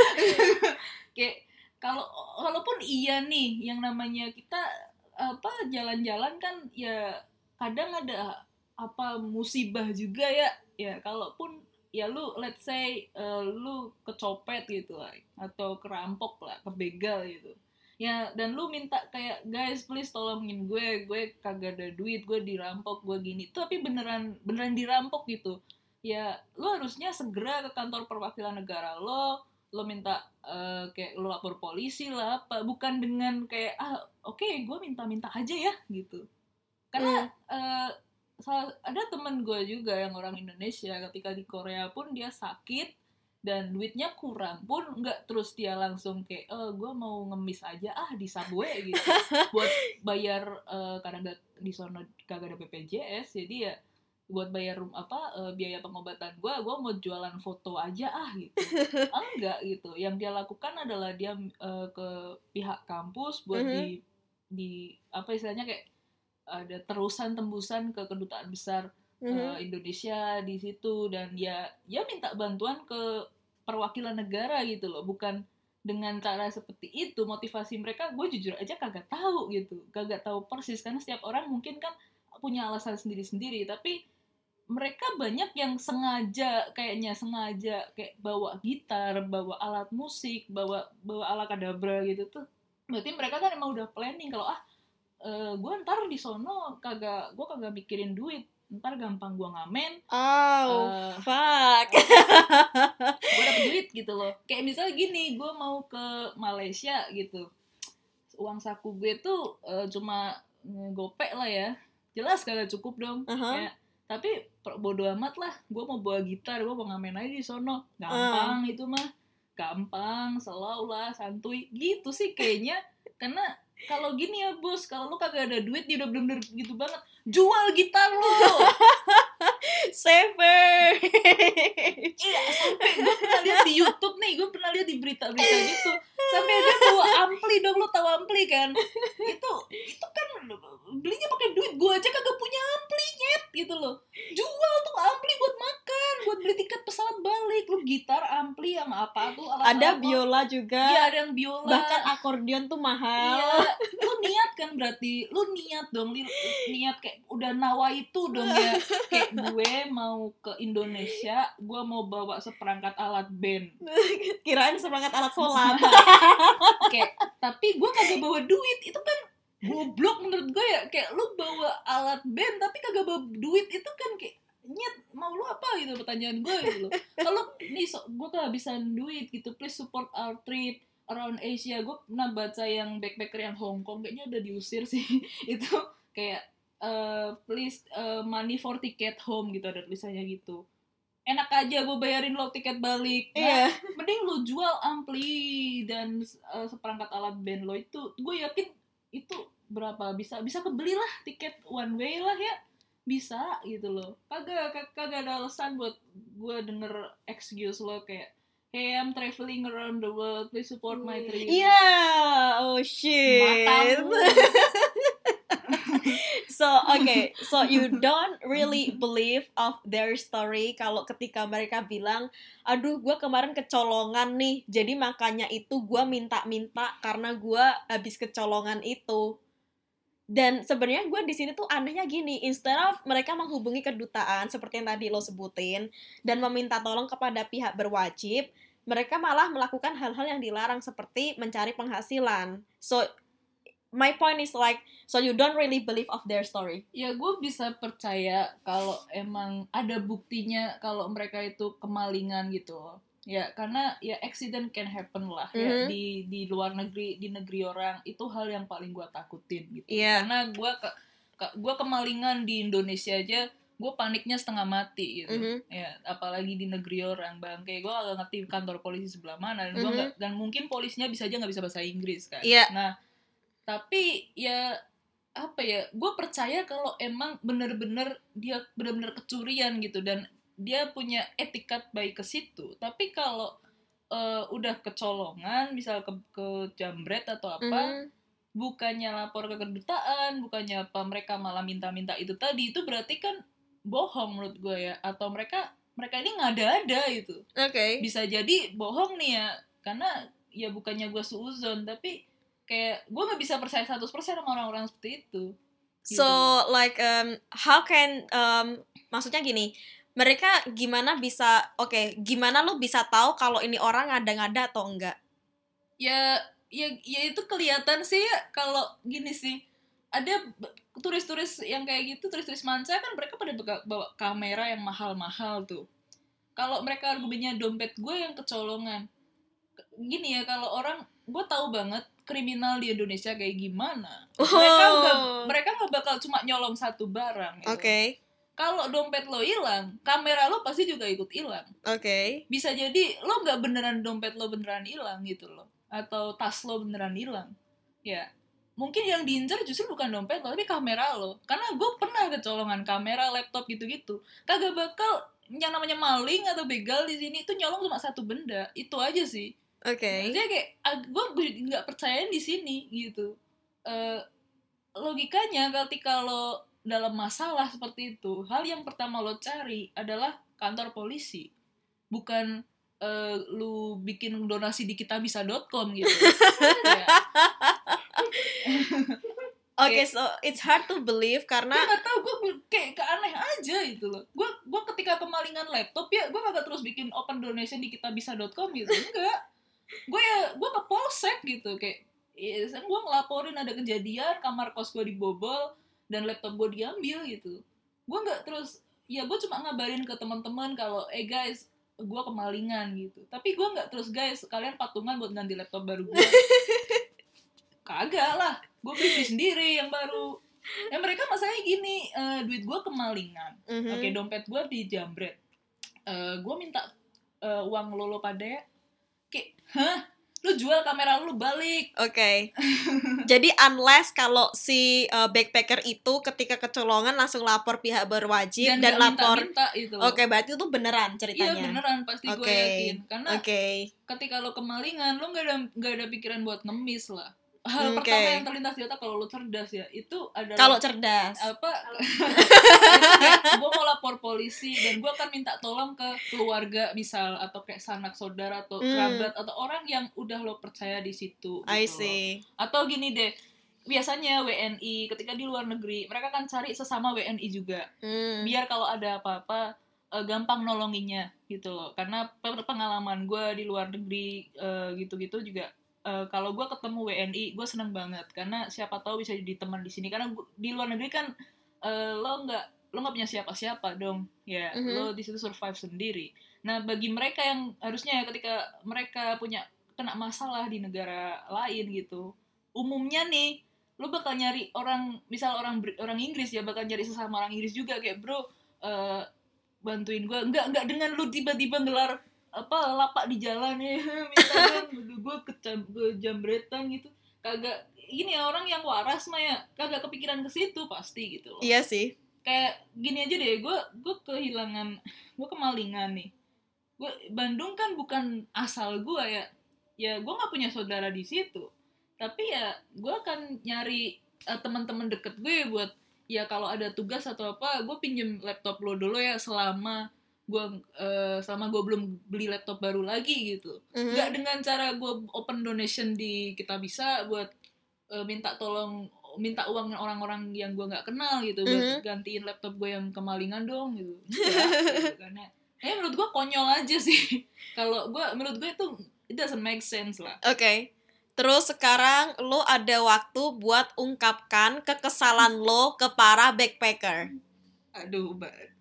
Kayak kalau walaupun iya nih yang namanya kita apa jalan-jalan kan ya kadang ada apa musibah juga ya. Ya kalaupun ya lu let's say uh, lu kecopet gitu lah atau kerampok lah, kebegal gitu. Ya dan lu minta kayak guys please tolongin gue, gue kagak ada duit, gue dirampok, gue gini. Tapi beneran beneran dirampok gitu. Ya lu harusnya segera ke kantor perwakilan negara lo, lo minta uh, kayak lo lapor polisi lah apa, bukan dengan kayak ah oke okay, gue minta-minta aja ya gitu. Karena mm. uh, ada teman gue juga yang orang Indonesia, ketika di Korea pun dia sakit, dan duitnya kurang pun nggak terus dia langsung kayak eh gue mau ngemis aja ah di Subway gitu buat bayar uh, karena gak di sono kagak ada B P J S jadi ya buat bayar apa uh, biaya pengobatan gue gue mau jualan foto aja ah gitu enggak gitu yang dia lakukan adalah dia uh, ke pihak kampus buat mm-hmm. di di apa istilahnya kayak ada terusan tembusan ke kedutaan besar mm-hmm. uh, Indonesia di situ dan dia dia minta bantuan ke perwakilan negara gitu loh bukan dengan cara seperti itu motivasi mereka gue jujur aja kagak tahu gitu kagak tahu persis karena setiap orang mungkin kan punya alasan sendiri-sendiri tapi mereka banyak yang sengaja kayaknya sengaja kayak bawa gitar bawa alat musik bawa bawa ala kadabra gitu tuh berarti mereka kan emang udah planning kalau ah e, gue ntar di sono kagak gue kagak mikirin duit ntar gampang gue ngamen oh uh, fuck uh, gue dapet duit gitu loh kayak misalnya gini gue mau ke Malaysia gitu uang saku gue tuh uh, cuma ngegopek lah ya jelas kagak cukup dong uh-huh. ya tapi bodo amat lah gue mau bawa gitar gue mau ngamen aja di sono gampang uh. itu mah gampang slow lah santuy gitu sih kayaknya karena kalau gini ya bos kalau lu kagak ada duit dia udah bener-bener gitu banget jual gitar lo saver iya sampai gue pernah lihat di YouTube nih gue pernah lihat di berita-berita gitu sampai dia bawa ampli dong lo tahu ampli kan itu itu kan belinya pakai duit gue aja kagak punya ampli nyet gitu loh jual tuh ampli buat makan buat beli tiket pesawat balik lu gitar ampli sama apa tuh alat ada apa. biola juga iya ada yang biola bahkan akordeon tuh mahal iya lu niat kan berarti lu niat dong li, niat kayak udah nawa itu dong ya kayak gue mau ke Indonesia gue mau bawa seperangkat alat band kirain seperangkat alat sholat kayak tapi gue kagak bawa duit itu kan goblok menurut gue ya kayak lu bawa alat band tapi kagak bawa duit itu kan kayak nyet mau lu apa gitu pertanyaan gue gitu loh kalau nih so, gue kehabisan duit gitu please support our trip around Asia gue pernah baca yang backpacker yang Hong Kong kayaknya udah diusir sih itu kayak uh, please uh, money for ticket home gitu ada tulisannya gitu enak aja gue bayarin lo tiket balik nah, yeah. mending lo jual ampli dan uh, seperangkat alat band lo itu gue yakin itu berapa bisa bisa kebeli lah tiket one way lah ya bisa gitu loh kagak kagak ada alasan buat gue denger excuse lo kayak hey I'm traveling around the world please support my trip yeah oh shit matamu so okay so you don't really believe of their story kalau ketika mereka bilang aduh gue kemarin kecolongan nih jadi makanya itu gue minta-minta karena gue habis kecolongan itu. Dan sebenarnya gue di sini tuh anehnya gini, instead of mereka menghubungi kedutaan seperti yang tadi lo sebutin dan meminta tolong kepada pihak berwajib, mereka malah melakukan hal-hal yang dilarang seperti mencari penghasilan. So my point is like, so you don't really believe of their story. Ya gue bisa percaya kalau emang ada buktinya kalau mereka itu kemalingan gitu. Ya karena ya accident can happen lah mm-hmm. ya di di luar negeri di negeri orang itu hal yang paling gue takutin gitu. Yeah. Karena gue ke, ke gue kemalingan di Indonesia aja gue paniknya setengah mati gitu. Mm-hmm. Ya apalagi di negeri orang bangke gue agak ngerti kantor polisi sebelah mana dan mm-hmm. gue nggak dan mungkin polisinya bisa aja nggak bisa bahasa Inggris kan. Yeah. Nah tapi ya apa ya gue percaya kalau emang bener-bener dia bener-bener kecurian gitu dan dia punya etikat baik ke situ. Tapi kalau uh, udah kecolongan, misal ke, ke jambret atau apa, mm. bukannya lapor ke kedutaan, bukannya apa, mereka malah minta-minta itu tadi, itu berarti kan bohong menurut gue ya. Atau mereka mereka ini ngada-ada gitu. Oke. Okay. Bisa jadi bohong nih ya, karena ya bukannya gue suuzon, tapi kayak gue nggak bisa percaya seratus persen sama orang-orang seperti itu. Gitu. So like um, how can um, maksudnya gini. Mereka gimana bisa, oke, okay, gimana lo bisa tahu kalau ini orang ngada-ngada atau enggak? Ya, ya, ya itu kelihatan sih ya, kalau gini sih, ada turis-turis yang kayak gitu, turis-turis manca kan mereka pada bawa kamera yang mahal-mahal tuh. Kalau mereka argumennya dompet gue yang kecolongan, gini ya, kalau orang, gue tahu banget kriminal di Indonesia kayak gimana. Oh. Mereka nggak, mereka nggak bakal cuma nyolong satu barang. Gitu. Oke. Okay. kalau dompet lo hilang, kamera lo pasti juga ikut hilang. Oke. Okay. Bisa jadi lo nggak beneran dompet lo beneran hilang gitu loh, atau tas lo beneran hilang. Ya, mungkin yang diincar justru bukan dompet lo, tapi kamera lo. Karena gue pernah kecolongan kamera, laptop gitu-gitu. Kagak bakal yang namanya maling atau begal di sini itu nyolong cuma satu benda, itu aja sih. Oke. Okay. Maksudnya kayak gue nggak percayain di sini gitu. Uh, logikanya ketika lo dalam masalah seperti itu, hal yang pertama lo cari adalah kantor polisi, bukan uh, lu bikin donasi di kitabisa dot com gitu. Ya. Oke, okay, so it's hard to believe karena gue nggak tahu, gue kayak keaneh aja gitu loh. Gue gue ketika kemalingan laptop ya, gue nggak terus bikin open donation di kitabisa dot com gitu, enggak. Gue ya gue ke polsek gitu, kayak ya, gue ngelaporin ada kejadian kamar kos gue dibobol dan laptop gue diambil gitu. Gue nggak terus, ya gue cuma ngabarin ke teman-teman kalau eh guys, gue kemalingan gitu. Tapi gue nggak terus guys, kalian patungan buat ganti laptop baru gue. Kagak lah, gue beli sendiri yang baru. Ya mereka masalahnya gini, uh, duit gue kemalingan, mm-hmm. Oke, dompet gue dijambret, uh, gue minta uh, uang lo lo pada ya, kayak hah? Lu jual kamera lu balik. Oke. Okay. Jadi unless kalau si uh, backpacker itu ketika kecolongan langsung lapor pihak berwajib dan, dan lapor. Gitu. Oke, okay, berarti itu beneran ceritanya. Iya beneran pasti okay. Gue yakin. Karena okay. ketika lo kemalingan, lo nggak ada nggak ada pikiran buat ngemis lah. Hal okay. pertama yang terlintas di otak kalau lo cerdas ya, itu adalah kalau cerdas apa gue mau lapor polisi dan gue akan minta tolong ke keluarga misal, atau kayak sanak saudara atau mm. kerabat atau orang yang udah lo percaya di situ gitu. I see. Atau gini deh, biasanya W N I ketika di luar negeri mereka kan cari sesama W N I juga, mm. biar kalau ada apa-apa uh, gampang nolonginnya gitu loh. Karena pengalaman gue di luar negeri uh, gitu-gitu juga. Uh, kalau gue ketemu W N I, gue seneng banget karena siapa tahu bisa jadi teman di sini. Karena gua, di luar negeri kan uh, lo nggak lo nggak punya siapa-siapa dong, ya mm-hmm. lo di situ survive sendiri. Nah bagi mereka yang harusnya ketika mereka punya kena masalah di negara lain gitu, umumnya nih lo bakal nyari orang, misal orang orang Inggris ya bakal nyari sesama orang Inggris juga kayak bro uh, bantuin gue, nggak nggak dengan lo tiba-tiba gelar apa lapak di jalan ya misalkan gue kejambretan gitu, kagak gini ya, orang yang waras mah ya kagak kepikiran ke situ pasti gitu loh. Iya sih, kayak gini aja deh, gue gue kehilangan, gue kemalingan nih, gue Bandung kan bukan asal gue ya, ya gue nggak punya saudara di situ, tapi ya gue akan nyari uh, teman-teman deket gue buat ya kalau ada tugas atau apa gue pinjem laptop lo dulu ya selama gue uh, selama gue belum beli laptop baru lagi gitu, mm-hmm. Nggak dengan cara gue open donation di kitabisa buat uh, minta tolong, minta uang orang-orang yang gue nggak kenal gitu, mm-hmm. buat gantiin laptop gue yang kemalingan dong gitu. Nggak, gitu. Karena ya menurut gue konyol aja sih. Kalau gue menurut gue itu it doesn't make sense lah. Oke. Okay. Terus sekarang lo ada waktu buat ungkapkan kekesalan lo ke para backpacker. Aduh, Mbak.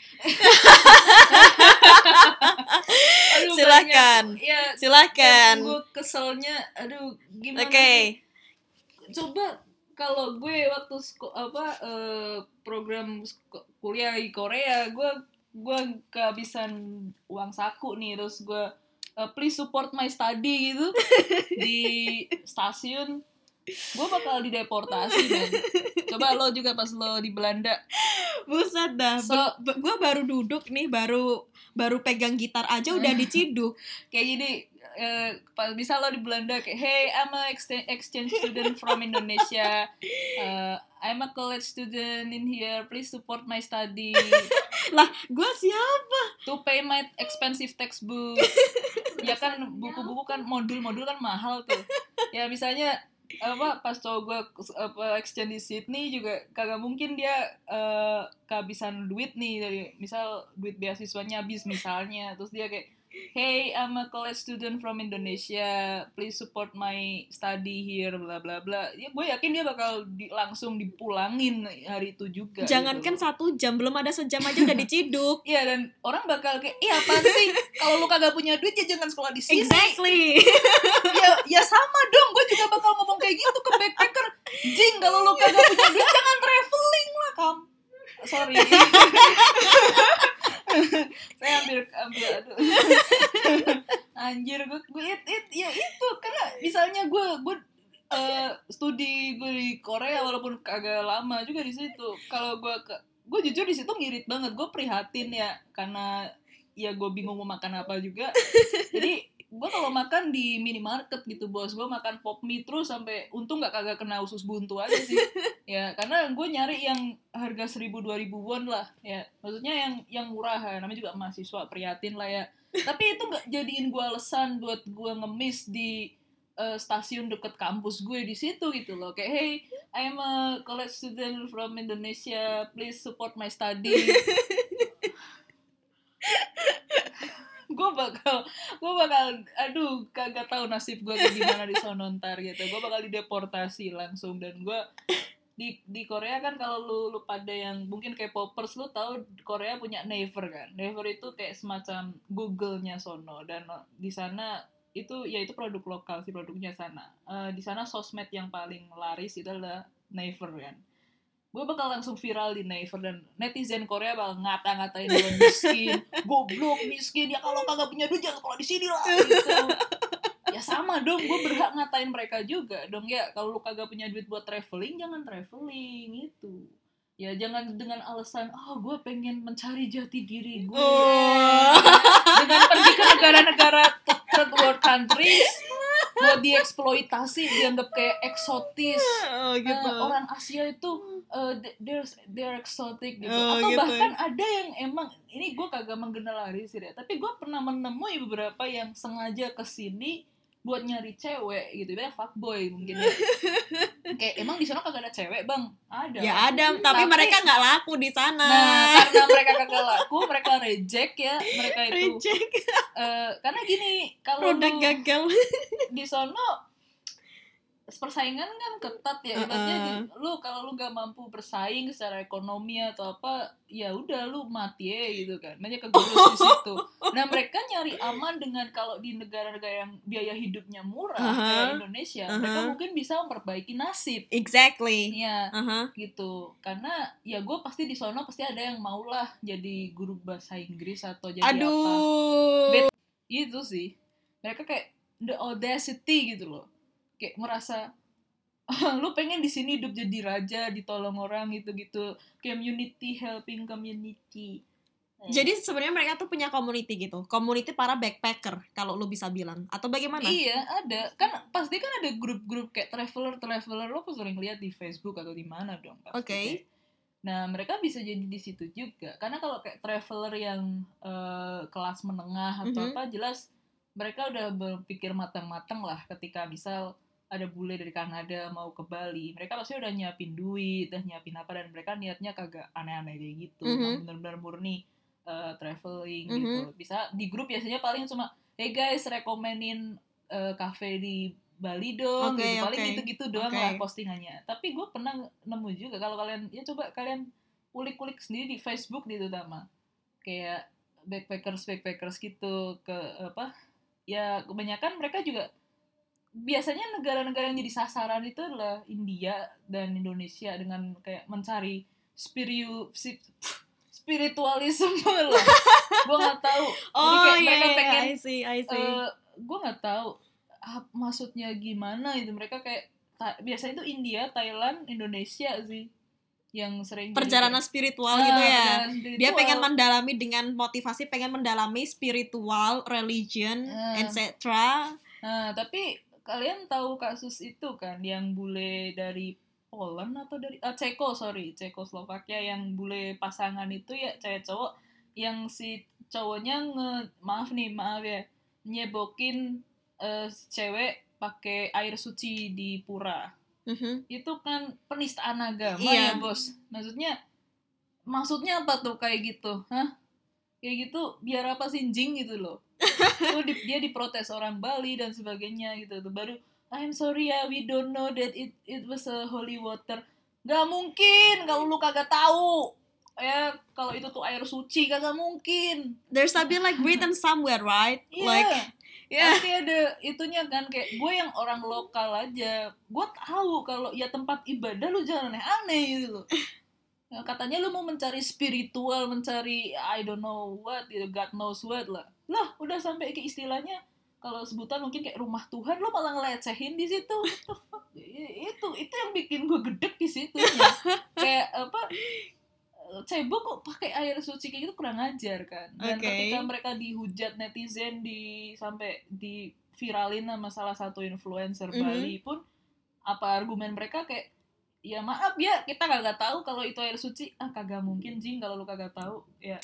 aduh, silakan ya, silakan gue keselnya aduh gimana okay. Coba kalau gue waktu sko- apa uh, program sko- kuliah di Korea, gue gue kehabisan uang saku nih, terus gue uh, please support my study gitu di stasiun, gue bakal dideportasi dan coba lo juga pas lo di Belanda. Buset dah, so, Ber- gue baru duduk nih, baru baru pegang gitar aja udah diciduk. Kayak gini, uh, bisa lo di Belanda kayak, hey, I'm a ex- exchange student from Indonesia, uh, I'm a college student in here, please support my study. Lah, gue siapa? To pay my expensive textbook. Ya kan, buku-buku kan, modul-modul kan mahal tuh. Ya misalnya apa pas cowok gue apa exchange di Sydney juga kagak mungkin dia uh, kehabisan duit nih, dari misal duit beasiswanya habis misalnya, terus dia kayak hey, I'm a college student from Indonesia, please support my study here, bla bla bla. Ya gue yakin dia bakal di, langsung dipulangin hari itu juga. Jangankan gitu. Satu jam, belum ada sejam aja udah diciduk. Iya, dan orang bakal kayak, iya apaan sih, kalau lu kagak punya duit ya jangan sekolah di sini. Exactly. ya ya sama dong, gue juga bakal ngomong kayak gitu ke backpacker. Jing, kalau lu kagak punya duit jangan traveling lah, kam. Sorry. makanya gue gue uh, studi gue di Korea walaupun kagak lama juga di situ. Kalau gue ke gue jujur di situ ngirit banget, gue prihatin ya karena ya gue bingung mau makan apa juga. Jadi gue kalau makan di minimarket gitu bos, gue makan pop mie terus sampai untung nggak kagak kena usus buntu aja sih. Ya karena gue nyari yang harga seribu dua ribu won lah ya, maksudnya yang yang murah ya, namanya juga mahasiswa prihatin lah ya. Tapi itu nggak jadiin gue alasan buat gue ngemis di uh, stasiun deket kampus gue di situ gitu loh, kayak hey I am a college student from Indonesia, please support my study. gue bakal gue bakal aduh kagak tahu nasib gue kayak gimana di sono ntar gitu. Gue bakal dideportasi langsung. Dan gue di di Korea kan, kalau lu lu pada yang mungkin kayak popers, lu tahu Korea punya Naver kan. Naver itu kayak semacam Google-nya sono, dan di sana itu ya itu produk lokal sih, produknya sana. Uh, di sana sosmed yang paling laris itu adalah Naver kan. Gue bakal langsung viral di Naver, dan netizen Korea bakal ngata-ngatain gue miskin, goblok, miskin, ya kalau kagak punya duit jangan sekolah di sini lah gitu. Ya sama dong, gue berhak ngatain mereka juga dong ya, kalau lu kagak punya duit buat traveling jangan traveling gitu. Ya jangan dengan alasan oh gue pengen mencari jati diri gue oh. dengan pergi ke negara-negara third world countries buat dieksploitasi, dianggap kayak eksotis. Oh, gitu. uh, orang Asia itu uh, they're they're exotic gitu. Oh, atau gitu. Bahkan ada yang emang, ini gue kagak menggenelarisir ya, tapi gue pernah menemui beberapa yang sengaja kesini buat nyari cewek gitu, ya fuckboy mungkin ya. Kayak emang di sana kagak ada cewek bang? Ada. Ya ada, tapi, tapi mereka nggak laku di sana. Nah karena mereka kagak laku, mereka reject ya, mereka itu. Reject. Uh, karena gini, kalau produk gagal di sono persaingan kan ketat ya, ibaratnya uh-uh. lu kalau lu gak mampu bersaing secara ekonomi atau apa, ya udah lu mati ya gitu kan, banyak kegurus di situ. Nah mereka nyari aman dengan kalau di negara-negara yang biaya hidupnya murah uh-huh. kayak Indonesia, uh-huh. mereka mungkin bisa memperbaiki nasib. Exactly. Ya uh-huh. gitu, karena ya gue pasti di sono pasti ada yang maulah jadi guru bahasa Inggris atau jadi Aduh. apa. Bet- itu sih, mereka kayak the audacity gitu loh. Kayak merasa oh, lu pengen di sini hidup jadi raja, ditolong orang gitu-gitu, community helping community. Jadi sebenarnya mereka tuh punya community gitu, community para backpacker kalau lu bisa bilang, atau bagaimana? Iya ada, kan pasti kan ada grup-grup kayak traveler traveler, lo sering lihat di Facebook atau di mana dong. Oke. Okay. Nah mereka bisa jadi di situ juga, karena kalau kayak traveler yang uh, kelas menengah atau mm-hmm. apa, jelas mereka udah berpikir matang-matang lah ketika misal ada bule dari Kanada mau ke Bali, mereka pasti udah nyiapin duit, udah nyiapin apa, dan mereka niatnya kagak aneh-aneh kayak gitu, mm-hmm. benar-benar murni uh, traveling mm-hmm. gitu. Bisa di grup biasanya paling cuma, hey guys, rekomenin uh, cafe di Bali dong, okay, gitu. Paling okay. gitu-gitu doang okay. lah postingannya. Tapi gue pernah nemu juga, kalau kalian, ya coba kalian ulik-ulik sendiri di Facebook gitu, terutama kayak backpackers backpackers gitu, ke apa? Ya kebanyakan mereka juga biasanya negara-negara yang jadi sasaran itu adalah India dan Indonesia, dengan kayak mencari spiriu spiritualisme lah. Gue nggak tahu. Oh, jadi kayak yeah, mereka yeah, pengen. I see, I see. Uh, gue nggak tahu ah, maksudnya gimana itu. Mereka kayak ta- biasanya itu India, Thailand, Indonesia sih yang sering perjalanan jadi, spiritual ah, gitu ya. spiritual. Dia pengen mendalami dengan motivasi, pengen mendalami spiritual, religion, uh. et cetera. Nah, tapi kalian tahu kasus itu kan, yang bule dari Poland atau dari ah, Ceko, sorry, Cekoslovakia, yang bule pasangan itu ya cewek cowok, yang si cowoknya nge maaf nih maaf ya nyebokin uh, cewek pakai air suci di pura. Mm-hmm. Itu kan penistaan agama iya. ya bos. Maksudnya maksudnya apa tuh kayak gitu? Hah? Kayak gitu biar apa sih, jing gitu loh. Tuh di, dia diprotes orang Bali dan sebagainya gitu tuh. Baru I'm sorry ya, we don't know that it it was a holy water. Gak mungkin kalau lu kagak tahu. Ya kalau itu tuh air suci kagak mungkin. There's something like written somewhere, right? Yeah. Like yeah. Pasti ada itunya kan, kayak gue yang orang lokal aja, gue tahu kalau ya tempat ibadah lu jangan aneh-aneh gitu loh. Ya, katanya lu mau mencari spiritual, mencari I don't know what, God knows what lah. Lah, udah sampai ke istilahnya kalau sebutan mungkin kayak rumah Tuhan, lo malah ngelecehin di situ. itu itu yang bikin gue gedek di situ ya. Kayak apa, cebok kok pakai air suci kayak gitu, kurang ajar kan. Dan okay. ketika mereka dihujat netizen, di sampai di viralin sama salah satu influencer mm-hmm. Bali pun, apa argumen mereka kayak, ya maaf ya, kita kagak tahu kalau itu air suci. Ah kagak mungkin Jing kalau lu kagak tahu ya.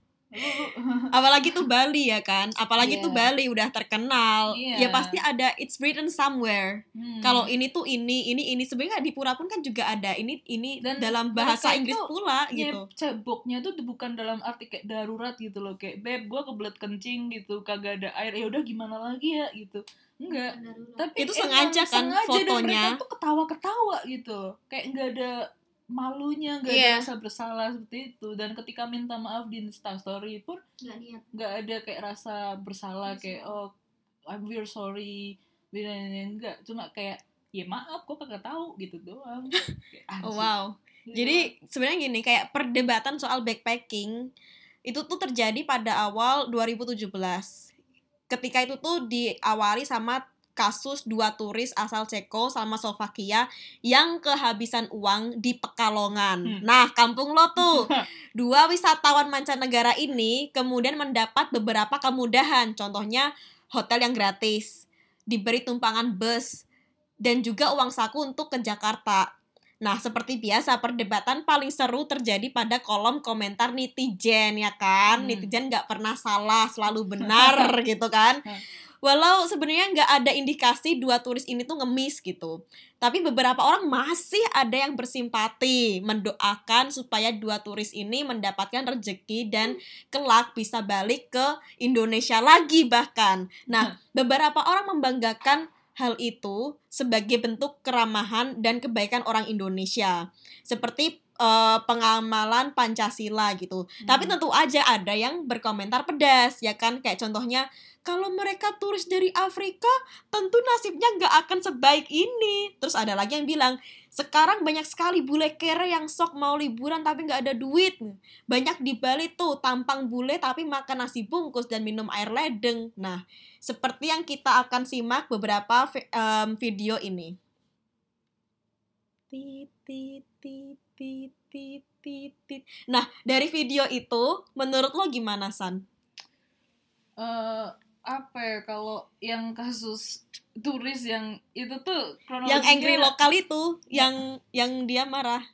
Apalagi tuh Bali ya kan, apalagi yeah. tuh Bali udah terkenal, yeah. ya pasti ada it's written somewhere. Hmm. Kalau ini tuh ini ini ini sebenarnya di Pura pun kan juga ada ini ini dan dalam bahasa Inggris pula gitu. Ceboknya tuh bukan dalam arti kayak darurat gitu loh, kayak beb gue kebelet kencing gitu, kagak ada air, ya udah gimana lagi ya gitu. Enggak, tapi itu sengaja kan sengaja, fotonya. Dan mereka tuh ketawa-ketawa gitu, kayak nggak ada malunya, nggak yeah. ada rasa bersalah seperti itu. Dan ketika minta maaf di Instastory pun nggak ada kayak rasa bersalah, kayak oh I'm very sorry, enggak, cuma kayak ya maaf kok kagak tahu gitu doang. Oh, wow. Gitu. Jadi sebenarnya gini, kayak perdebatan soal backpacking itu tuh terjadi pada awal dua ribu tujuh belas. Ketika itu tuh diawali sama kasus dua turis asal Ceko sama Slovakia yang kehabisan uang di Pekalongan. Hmm. Nah, kampung lo tuh. Dua wisatawan mancanegara ini kemudian mendapat beberapa kemudahan. Contohnya hotel yang gratis, diberi tumpangan bus, dan juga uang saku untuk ke Jakarta. Nah, seperti biasa, perdebatan paling seru terjadi pada kolom komentar netizen, ya kan? Hmm. Netizen nggak pernah salah, selalu benar gitu kan? Walau sebenarnya nggak ada indikasi dua turis ini tuh ngemis gitu. Tapi beberapa orang masih ada yang bersimpati, mendoakan supaya dua turis ini mendapatkan rezeki dan kelak bisa balik ke Indonesia lagi bahkan. Nah, beberapa orang membanggakan hal itu sebagai bentuk keramahan dan kebaikan orang Indonesia. Seperti uh, pengamalan Pancasila gitu. Hmm. Tapi tentu aja ada yang berkomentar pedas, ya kan? Kayak contohnya, kalau mereka turis dari Afrika, tentu nasibnya nggak akan sebaik ini. Terus ada lagi yang bilang, sekarang banyak sekali bule kere yang sok mau liburan tapi nggak ada duit. Banyak di Bali tuh tampang bule tapi makan nasi bungkus dan minum air ledeng. Nah, seperti yang kita akan simak beberapa um, video ini. Nah, dari video itu, menurut lo gimana, San? Uh, apa ya, kalau yang kasus turis yang itu tuh kronologinya yang angry lokal itu, ya. yang yang dia marah.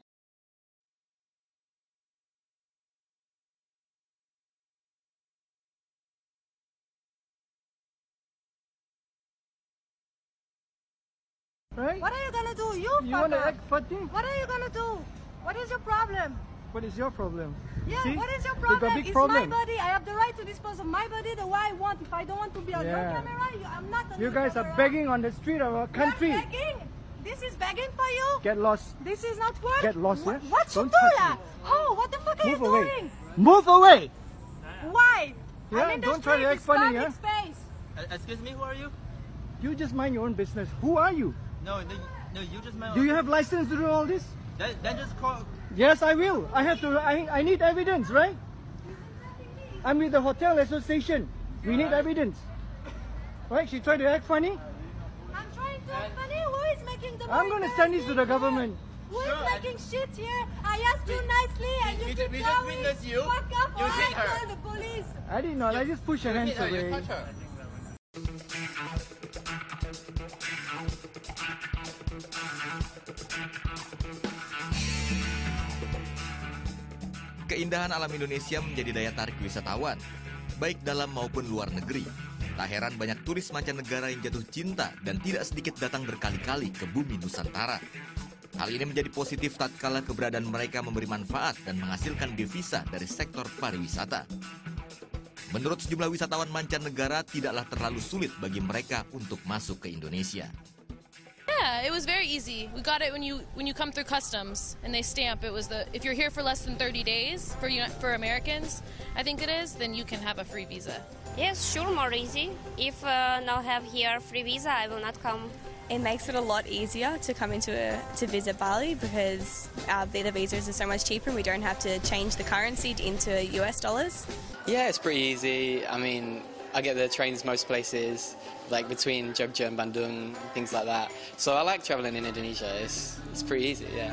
Right? What are you gonna do? You, you fuck wanna up. act funny? What are you gonna do? What is your problem? What is your problem? Yeah, See? what is your problem? got big It's problem. my body. I have the right to dispose of my body the way I want. If I don't want to be on your Yeah. camera, you, I'm not on You your guys camera. are begging on the street of our country. You're begging? This is begging for you? Get lost. This is not work. Get lost, Wh- yeah? What you Don't do touch that? me. Oh, what the fuck are Move you away. doing? Move away. Why? Yeah, I'm in the don't try street. to act It's funny, public yeah? space. Uh, excuse me, who are you? You just mind your own business. Who are you? No, no, no you just mind. Do you have license to do all this? Then, then just call. Yes, I will. I have to. I, I need evidence, right? I'm with the hotel association. We need evidence. Right? She tried to act funny. I'm trying to act funny. Who is making the I'm going to send this to the government. Who is Sure, making shit here? I asked you nicely and you we keep ju- we just going. witnessed you. Fuck up You or hit I her. call the police. I did not. I just pushed her You hands hit her, you away. touch her. Keindahan alam Indonesia menjadi daya tarik wisatawan, baik dalam maupun luar negeri. Tak heran banyak turis mancanegara yang jatuh cinta dan tidak sedikit datang berkali-kali ke bumi Nusantara. Hal ini menjadi positif tatkala keberadaan mereka memberi manfaat dan menghasilkan devisa dari sektor pariwisata. Menurut sejumlah wisatawan mancanegara, tidaklah terlalu sulit bagi mereka untuk masuk ke Indonesia. Yeah, it was very easy. We got it when you when you come through customs and they stamp. It was the if you're here for less than thirty days for you for Americans, I think it is, then you can have a free visa. Yes, sure, more easy. If uh, now have here free visa, I will not come. It makes it a lot easier to come into a, to visit Bali because our Vita visas are so much cheaper and we don't have to change the currency into U S dollars. Yeah, it's pretty easy. I mean, I get the trains most places, like between Jogja and Bandung, things like that. So I like traveling in Indonesia. It's it's pretty easy, yeah.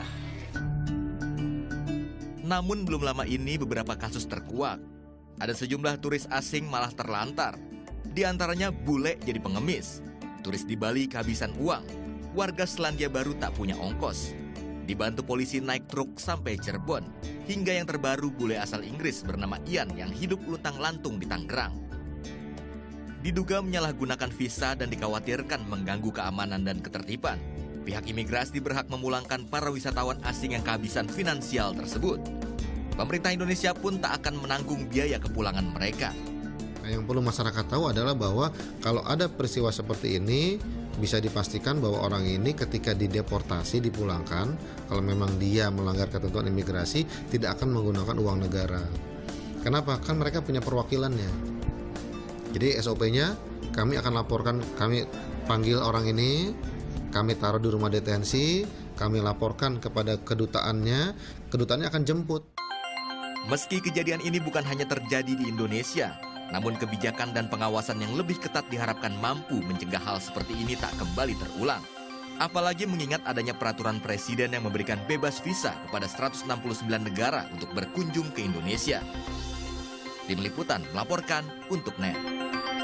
Namun belum lama ini beberapa kasus terkuak. Ada sejumlah turis asing malah terlantar. Di antaranya bule jadi pengemis. Turis di Bali kehabisan uang. Warga Selandia Baru tak punya ongkos. Dibantu polisi naik truk sampai Cirebon. Hingga yang terbaru bule asal Inggris bernama Ian yang hidup luntang-lantung di Tangerang. Diduga menyalahgunakan visa dan dikhawatirkan mengganggu keamanan dan ketertiban. Pihak imigrasi berhak memulangkan para wisatawan asing yang kehabisan finansial tersebut. Pemerintah Indonesia pun tak akan menanggung biaya kepulangan mereka. Yang perlu masyarakat tahu adalah bahwa kalau ada peristiwa seperti ini, bisa dipastikan bahwa orang ini ketika dideportasi, dipulangkan, kalau memang dia melanggar ketentuan imigrasi, tidak akan menggunakan uang negara. Kenapa? Kan mereka punya perwakilannya. Jadi S O P-nya kami akan laporkan, kami panggil orang ini, kami taruh di rumah detensi, kami laporkan kepada kedutaannya, kedutaannya akan jemput. Meski kejadian ini bukan hanya terjadi di Indonesia, namun kebijakan dan pengawasan yang lebih ketat diharapkan mampu mencegah hal seperti ini tak kembali terulang. Apalagi mengingat adanya peraturan presiden yang memberikan bebas visa kepada seratus enam puluh sembilan negara untuk berkunjung ke Indonesia. Tim Liputan melaporkan untuk N E T.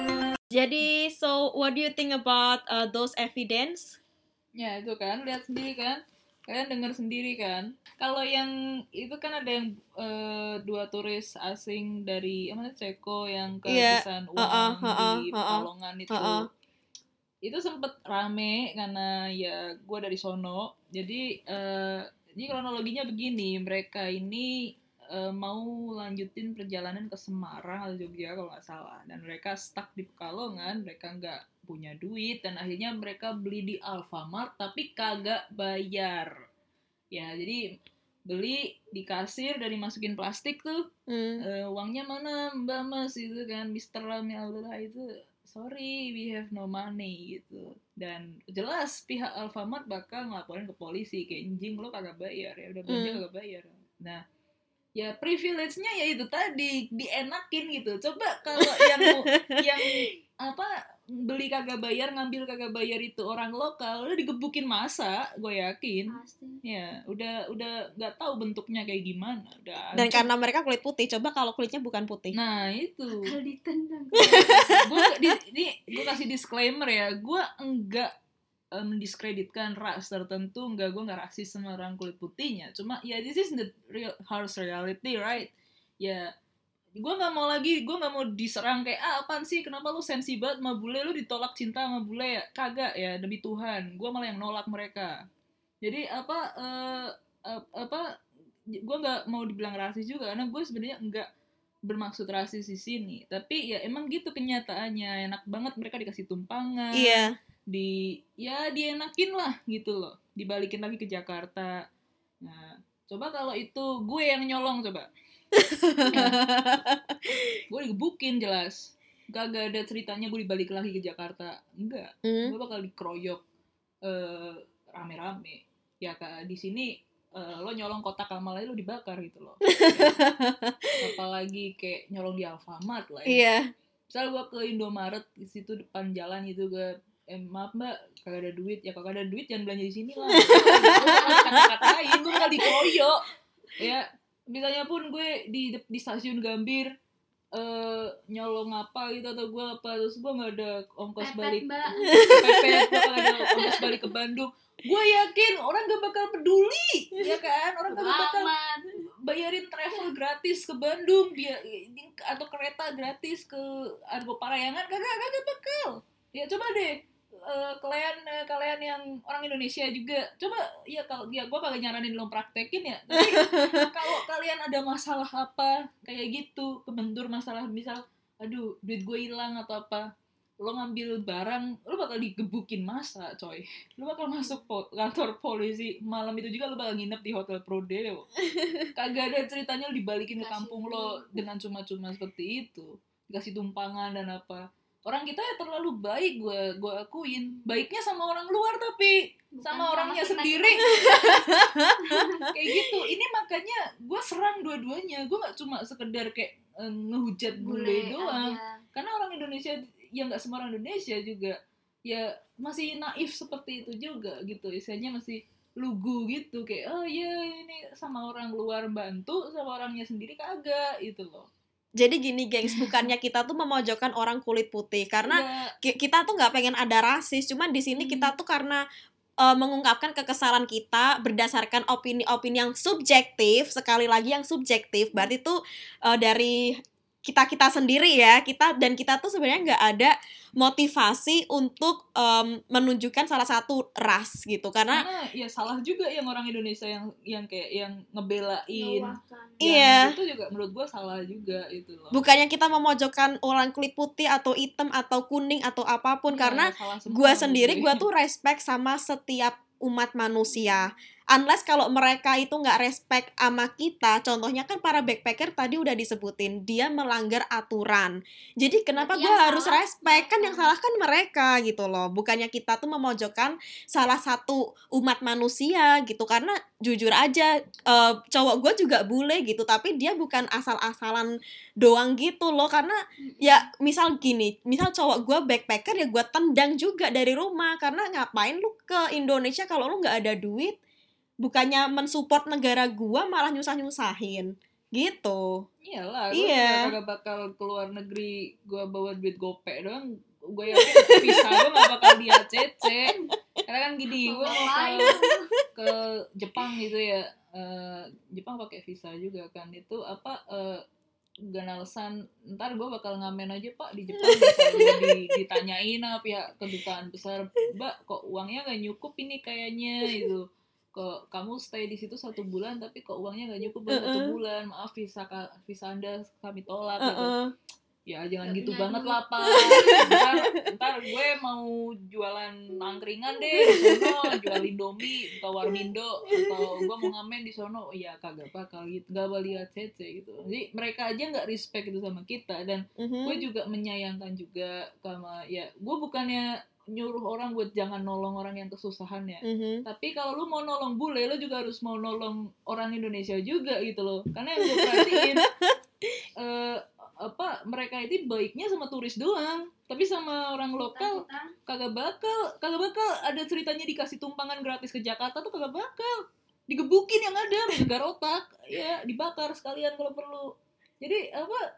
Jadi, so what do you think about uh, those evidence? Ya itu kan, lihat sendiri kan, kalian dengar sendiri kan. Kalau yang itu kan ada yang uh, dua turis asing dari mana Ceko yang kehabisan yeah. uang uh-uh, uh-uh, di uh-uh, Pekalongan itu, uh-uh. itu sempet rame karena ya gue dari sono. Jadi, uh, jadi kronologinya begini, mereka ini Uh, mau lanjutin perjalanan ke Semarang atau Jogja kalau nggak salah, dan mereka stuck di Pekalongan, mereka nggak punya duit dan akhirnya mereka beli di Alfamart tapi kagak bayar ya. Jadi beli di kasir dan dimasukin plastik tuh, hmm. uh, uangnya mana Mbak Mas itu kan, Mister Rami Abdullah itu sorry we have no money gitu. Dan jelas pihak Alfamart bakal ngelaporin ke polisi kayak anjing lo kagak bayar ya, udah belanja hmm. kagak bayar. Nah ya privilege-nya ya itu tadi, dienakin gitu. Coba kalau yang yang apa beli kagak bayar, ngambil kagak bayar itu orang lokal, udah digebukin masa, gue yakin. Pasti. Ya, udah udah nggak tahu bentuknya kayak gimana. Udah. Dan karena mereka kulit putih, coba kalau kulitnya bukan putih. Nah itu. Bakal ditendang. Gue di, ini gue kasih disclaimer ya, gue enggak mendiskreditkan ras tertentu, enggak, gue nggak rasis sama orang kulit putihnya, cuma ya this is the real harsh reality, right? Ya gue nggak mau lagi, gue nggak mau diserang kayak ah apaan sih, kenapa lu sensi banget sama bule, lu ditolak cinta sama bule ya, kagak ya, demi Tuhan gue malah yang nolak mereka. Jadi apa uh, uh, apa gue nggak mau dibilang rasis juga karena gue sebenarnya enggak bermaksud rasis di sini, tapi ya emang gitu kenyataannya, enak banget mereka dikasih tumpangan. Iya. Yeah. di ya dienakin lah gitu loh, dibalikin lagi ke Jakarta. Nah coba kalau itu gue yang nyolong coba ya, gue digebukin jelas, gak ada ceritanya gue dibalik lagi ke Jakarta, enggak, mm. gue bakal dikeroyok uh, rame-rame ya. Kak di sini uh, lo nyolong kotak amal aja lo dibakar gitu loh ya. Apalagi kayak nyolong di Alfamart lah ya. Yeah. Misal gue ke Indomaret di situ depan jalan itu, gue eh maaf mbak kagak ada duit ya, kagak ada duit jangan belanja di sini lah. Gue kata-katain, gue bakal dikeroyok ya. Misalnya pun gue di di stasiun Gambir uh, nyolong apa gitu atau gue apa, terus gue nggak ada ongkos balik, pepet, gue nggak ada ongkos balik ke Bandung, gue yakin orang gak bakal peduli ya kan, orang gak bakal bayarin travel gratis ke Bandung biar atau kereta gratis ke Argo Parayangan, kagak kagak bakal ya. Coba deh Uh, kalian uh, kalian yang orang Indonesia juga coba ya, kalau ya gue kagak nyaranin lo praktekin ya, tapi kalau kalian ada masalah apa kayak gitu, kebentur masalah misal aduh duit gue hilang atau apa, lo ngambil barang lo bakal digebukin masa coy, lo bakal masuk po- kantor polisi, malam itu juga lo bakal nginep di hotel Prodeo, kagak ada ceritanya lo dibalikin ke kampung lo dengan cuma-cuma seperti itu, dikasih tumpangan dan apa. Orang kita ya terlalu baik, gue gue akuin, baiknya sama orang luar tapi bukan sama orangnya sendiri kayak gitu. Ini makanya gue serang dua-duanya, gue nggak cuma sekedar kayak uh, ngehujat bule, Bule doang aja. karena orang Indonesia ya nggak semua orang Indonesia juga ya masih naif seperti itu juga gitu, istilahnya masih lugu gitu kayak oh ya ini sama orang luar bantu sama orangnya sendiri kagak gitu loh. Jadi gini gengs, bukannya kita tuh memojokkan orang kulit putih karena ki- kita tuh nggak pengen ada rasis, cuman di sini kita tuh karena uh, mengungkapkan kekesalan kita berdasarkan opini-opini yang subjektif, sekali lagi yang subjektif, berarti tuh uh, dari kita kita sendiri ya, kita dan kita tuh sebenarnya nggak ada motivasi untuk um, menunjukkan salah satu ras gitu, karena, karena ya salah juga yang orang Indonesia yang yang kayak yang ngebelain iya, itu juga menurut gue salah juga itu loh. Bukannya kita memojokkan orang kulit putih atau hitam atau kuning atau apapun, Ya, karena salah semua gue menurut sendiri gue. gue tuh respect sama setiap umat manusia. Unless kalau mereka itu nggak respect sama kita, contohnya kan para backpacker tadi udah disebutin, dia melanggar aturan. Jadi kenapa Berarti gue yang harus salah respect? Kan yang salah kan mereka gitu loh. Bukannya kita tuh memojokkan salah satu umat manusia gitu. Karena jujur aja uh, cowok gue juga bule gitu, tapi dia bukan asal-asalan doang gitu loh. Karena ya misal gini, misal cowok gue backpacker ya gue tendang juga dari rumah. Karena ngapain lu ke Indonesia kalau lu nggak ada duit? Bukannya mensupport negara gua malah nyusah-nyusahin gitu. Iyalah, gue Iya. juga kagak bakal keluar negeri gue bawa duit gopek doang. Gue yakin visa gue gak bakal di A C C. Karena kan gini, gue mau ke, ke Jepang gitu ya. Uh, Jepang pakai visa juga kan. Itu apa uh, gak alasan ntar gue bakal ngamen aja pak di Jepang, misalnya di, ditanyain apa pihak kedutaan besar, mbak kok uangnya gak nyukup ini kayaknya gitu. Kok kamu stay di situ satu bulan tapi kok uangnya nggak nyukup buat Uh-uh. satu bulan, maaf visa visa anda kami tolak Uh-uh. gitu. Ya jangan Gak gitu punya banget duit. lah pak. Ntar, ntar gue mau jualan angkringan deh di sono, jual Indomie, buka warmindo, atau gue mau ngamen di sono. Ya kagak bakal gitu, gak boleh lihat C C gitu. Jadi mereka aja nggak respect itu sama kita, dan Mhm. gue juga menyayangkan juga sama ya gue bukannya nyuruh orang buat jangan nolong orang yang kesusahan ya. Mhm. Tapi kalau lu mau nolong bule, lu juga harus mau nolong orang Indonesia juga gitu loh. Karena yang gue perhatiin eh, apa mereka itu baiknya sama turis doang, tapi sama orang lokal kagak bakal kagak bakal ada ceritanya dikasih tumpangan gratis ke Jakarta tuh kagak bakal. Digebukin yang ada, gegar otak, ya dibakar sekalian kalau perlu. Jadi apa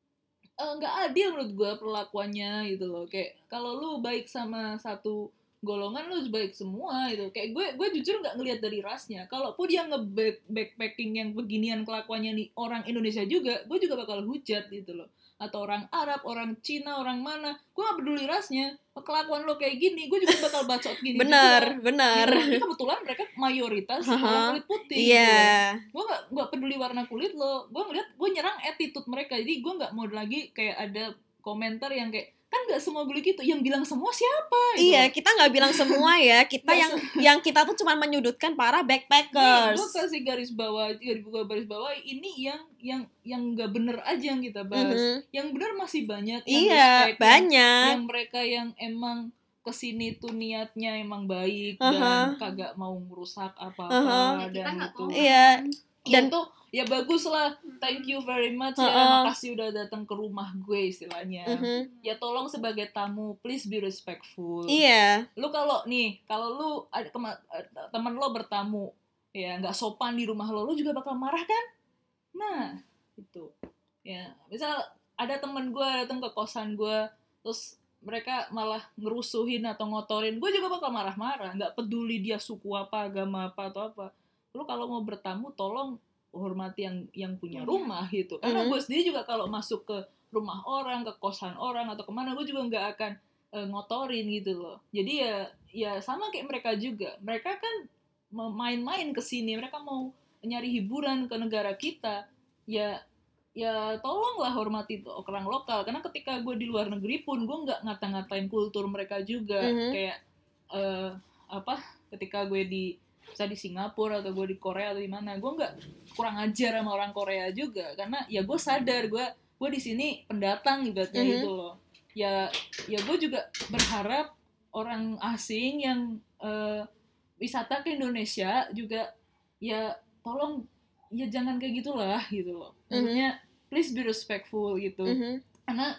nggak uh, adil menurut gue perlakuannya gitu loh. Kayak kalau lu baik sama satu golongan, lu baik semua gitu. Kayak gue gue jujur nggak ngelihat dari rasnya. Kalaupun dia nge-backpacking yang beginian kelakuannya nih orang Indonesia juga, gue juga bakal hujat gitu loh. Atau orang Arab, orang Cina, orang mana, gue nggak peduli rasnya. Kelakuan lo kayak gini, gue juga bakal bacot gini. Bener, juga. bener. Ya, tapi kebetulan mereka mayoritas Uh-huh. orang kulit putih. Iya. Gitu. Gue nggak nggak peduli warna kulit lo, gue ngeliat gue nyerang attitude mereka. Jadi gue nggak mau lagi kayak ada komentar yang kayak kan nggak semua boleh gitu, yang bilang semua siapa gitu. Iya, kita nggak bilang semua ya, kita Nggak yang yang kita tuh cuma menyudutkan para backpackers. Gue kasih garis bawah, garis bawah, garis bawah ini yang yang yang nggak bener aja yang kita bahas. Mhm. Yang bener masih banyak. Yang Iya, respect, banyak. Yang, yang mereka yang emang kesini tuh niatnya emang baik Uh-huh. dan kagak mau merusak apa-apa Uh-huh. dan itu. Iya. Dan tuh ya bagus lah, thank you very much ya, Uh-uh. makasih udah datang ke rumah gue istilahnya. Mhm. Ya tolong sebagai tamu please be respectful. Iya. Lu kalau nih, kalau lu ada kema- teman lo bertamu ya nggak sopan di rumah lo, lu juga bakal marah kan? Nah itu ya, misal ada teman gue datang ke kosan gue terus mereka malah ngerusuhin atau ngotorin, gue juga bakal marah-marah, nggak peduli dia suku apa, agama apa atau apa. Lu kalau mau bertamu tolong hormati yang yang punya rumah gitu. Karena Mhm. gue sendiri juga kalau masuk ke rumah orang, ke kosan orang atau kemana, gue juga nggak akan uh, ngotorin gitu loh. Jadi ya ya sama kayak mereka juga. Mereka kan main-main ke sini, mereka mau nyari hiburan ke negara kita. Ya ya tolonglah hormati orang lokal. Karena ketika gue di luar negeri pun gue nggak ngata-ngatain kultur mereka juga. Mhm. Kayak uh, apa? Ketika gue di bisa di Singapura atau gue di Korea atau di mana, gue nggak kurang ajar sama orang Korea juga, karena ya gue sadar gue gue di sini pendatang ibaratnya Mhm. gitu loh. Ya ya gue juga berharap orang asing yang uh, wisata ke Indonesia juga ya tolong ya jangan kayak gitulah gitu loh. Maksudnya mm-hmm. please be respectful gitu. Mm-hmm. Karena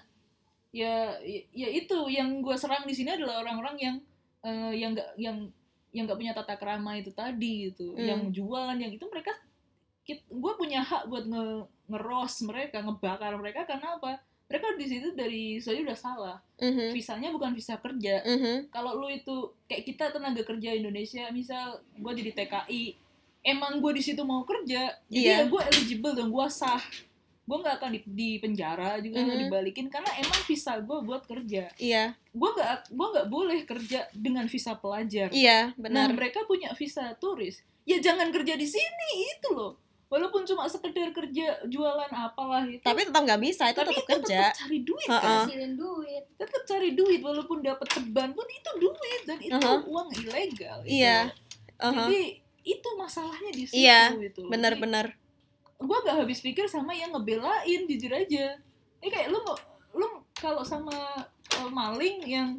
ya ya itu yang gue serang di sini adalah orang-orang yang uh, yang nggak yang yang nggak punya tata krama itu tadi gitu, mm. yang jualan yang itu mereka, gue punya hak buat nge ngeros mereka, ngebakar mereka karena apa? Mereka di situ dari saja udah salah. Mm-hmm. Visanya bukan visa kerja. Mm-hmm. Kalau lu itu kayak kita tenaga kerja Indonesia, misal gue jadi T K I, emang gue di situ mau kerja, jadi yeah. ya gue eligible dan gue sah. Gue nggak akan di, di penjara juga, nggak mm-hmm. dibalikin karena emang visa gue buat kerja. Iya. Yeah. Gue nggak gue nggak boleh kerja dengan visa pelajar. Iya, yeah, benar. Nah mereka punya visa turis, ya jangan kerja di sini itu loh. Walaupun cuma sekedar kerja jualan apalah itu. Tapi tetap nggak bisa, itu tapi tetap itu kerja. Tetap cari duit uh-uh. kan. Hasilin duit. Tetap cari duit walaupun dapat ceban pun itu duit dan itu uh-huh. uang ilegal. Iya. Gitu. Uh-huh. Jadi itu masalahnya di situ. Iya. Gitu. Benar-benar. Gue gak habis pikir sama yang ngebelain, jujur aja. Ini kayak lu lu kalau sama uh, maling yang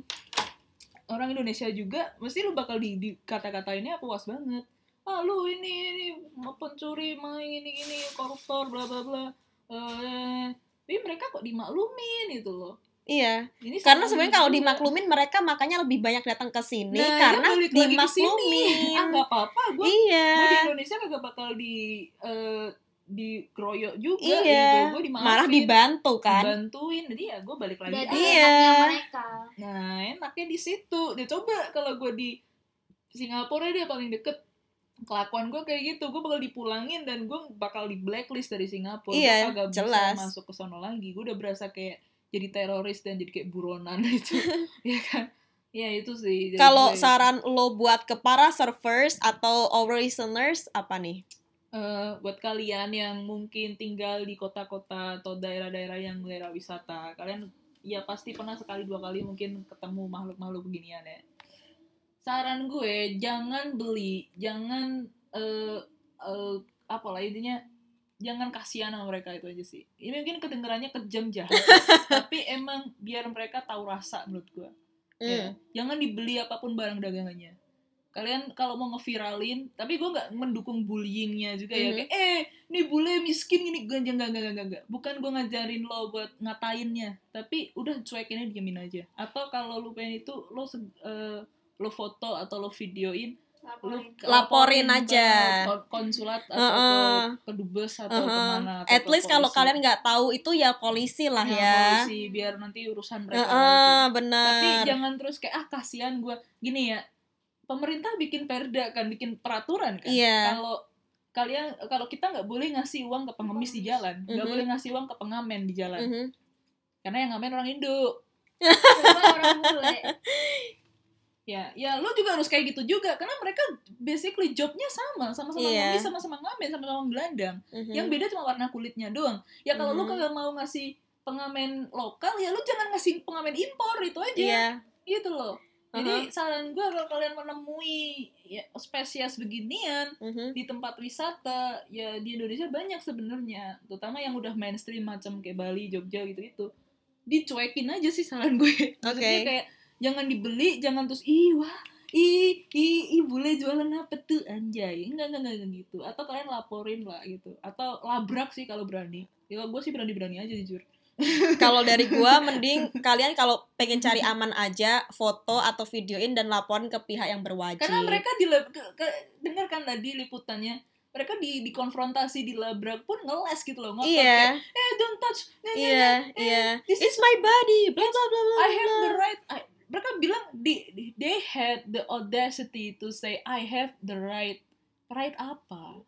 orang Indonesia juga, mesti lu bakal di, di kata-katainnya puas banget. Ah lu ini ini pencuri, maling ini ini koruptor bla bla bla. Eh, tapi mereka kok dimaklumin gitu loh. Iya. Ini karena sebenarnya kalau dimaklumin mereka makanya lebih banyak datang ke sini nah, karena dimaklumin. Ah enggak apa-apa, gue iya. gue di Indonesia kagak bakal di uh, dikeroyok juga iya. gitu. Gue dimaafin, malah dibantu kan. Dibantuin. Jadi ya gue balik lagi. Jadi iya. mereka. Nah, enaknya di situ. Dia coba kalau gue di Singapura dia paling deket. Kelakuan gue kayak gitu, gue bakal dipulangin dan gue bakal di blacklist dari Singapura. Iya, gue kagak jelas. bisa masuk ke sono lagi. Gue udah berasa kayak jadi teroris dan jadi kayak buronan gitu. Ya kan? Ya itu sih. Kalau saran lo buat ke para surfers atau our listeners apa nih? Uh, buat kalian yang mungkin tinggal di kota-kota atau daerah-daerah yang daerah wisata, kalian ya pasti pernah sekali dua kali mungkin ketemu makhluk-makhluk beginian ya. Saran gue jangan beli, jangan uh, uh, apalah intinya jangan kasihan sama mereka, itu aja sih. Ini mungkin kedengerannya kejam jahat, tapi emang biar mereka tahu rasa menurut gue. Mm. Ya, jangan dibeli apapun barang dagangannya. Kalian kalau mau ngeviralin, tapi gue nggak mendukung bullyingnya juga ya, mm-hmm. kayak eh nih bule miskin gini, gue jangan nggak nggak nggak bukan gue ngajarin lo buat ngatainnya, tapi udah cuekinnya diamin aja. Atau kalau lo pengen itu lo uh, lo foto atau lo videoin, laporin, lo laporin aja ke konsulat atau uh-uh. ke, ke dubes atau uh-uh. kemana. Atau at least kalau kalian nggak tahu itu ya polisi lah ya. ya. Polisi biar nanti urusan mereka. Uh-uh, bener. Tapi jangan terus kayak ah kasihan gue gini ya. Pemerintah bikin perda kan, bikin peraturan kan. Yeah. Kalau kalian kalau kita nggak boleh ngasih uang ke pengemis di jalan, nggak mm-hmm. boleh ngasih uang ke pengamen di jalan, mm-hmm. karena yang ngamen orang Indo. Orang bule. Ya, ya lo juga harus kayak gitu juga karena mereka basically jobnya sama, sama-sama yeah. ngemis, sama-sama ngamen, sama-sama gelandang. Mm-hmm. Yang beda cuma warna kulitnya doang. Ya kalau mm-hmm. lo kagak mau ngasih pengamen lokal, ya lo jangan ngasih pengamen impor, itu aja. Yeah. Gitu loh. Jadi uh-huh. saran gue kalau kalian menemui ya, spesies beginian uh-huh. di tempat wisata ya di Indonesia banyak sebenarnya, terutama yang udah mainstream macam kayak Bali, Jogja gitu-gitu, dicuekin aja sih saran gue. Maksudnya okay. kayak jangan dibeli, jangan terus ih wah ih ih ih boleh jualan apa tuh anjay, enggak enggak enggak gitu. Atau kalian laporin lah gitu, atau labrak sih kalau berani. Ya gue sih berani-berani aja jujur. Kalau dari gua mending kalian kalau pengen cari aman aja foto atau videoin dan laporin ke pihak yang berwajib. Karena mereka di dengarkan tadi liputannya, mereka di dikonfrontasi di labrak pun ngeles gitu loh, ngotot yeah. kayak eh don't touch nah, iya yeah, nah, iya eh, this it's my body bla bla bla bla. I have the right. I, mereka bilang di they had the audacity to say I have the right. Right apa?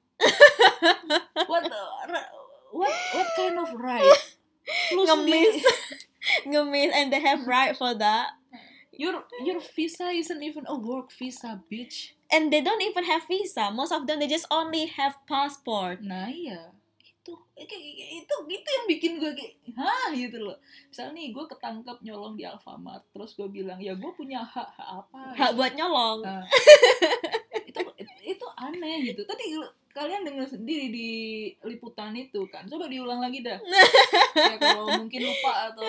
what the, what what kind of right? Ngemis ngemis and they have right for that. Your your visa isn't even a work visa, bitch. And they don't even have visa. Most of them they just only have passport. Nah iya, itu itu itu yang bikin gue kayak hah gitu loh. Misalnya nih gue ketangkep nyolong di Alfamart, terus gue bilang ya gue punya hak hak apa? Hak buat nyolong. Nah, itu itu aneh gitu. Tadi kalian dengar sendiri di liputan itu kan. Coba diulang lagi dah. Ya kalau mungkin lupa atau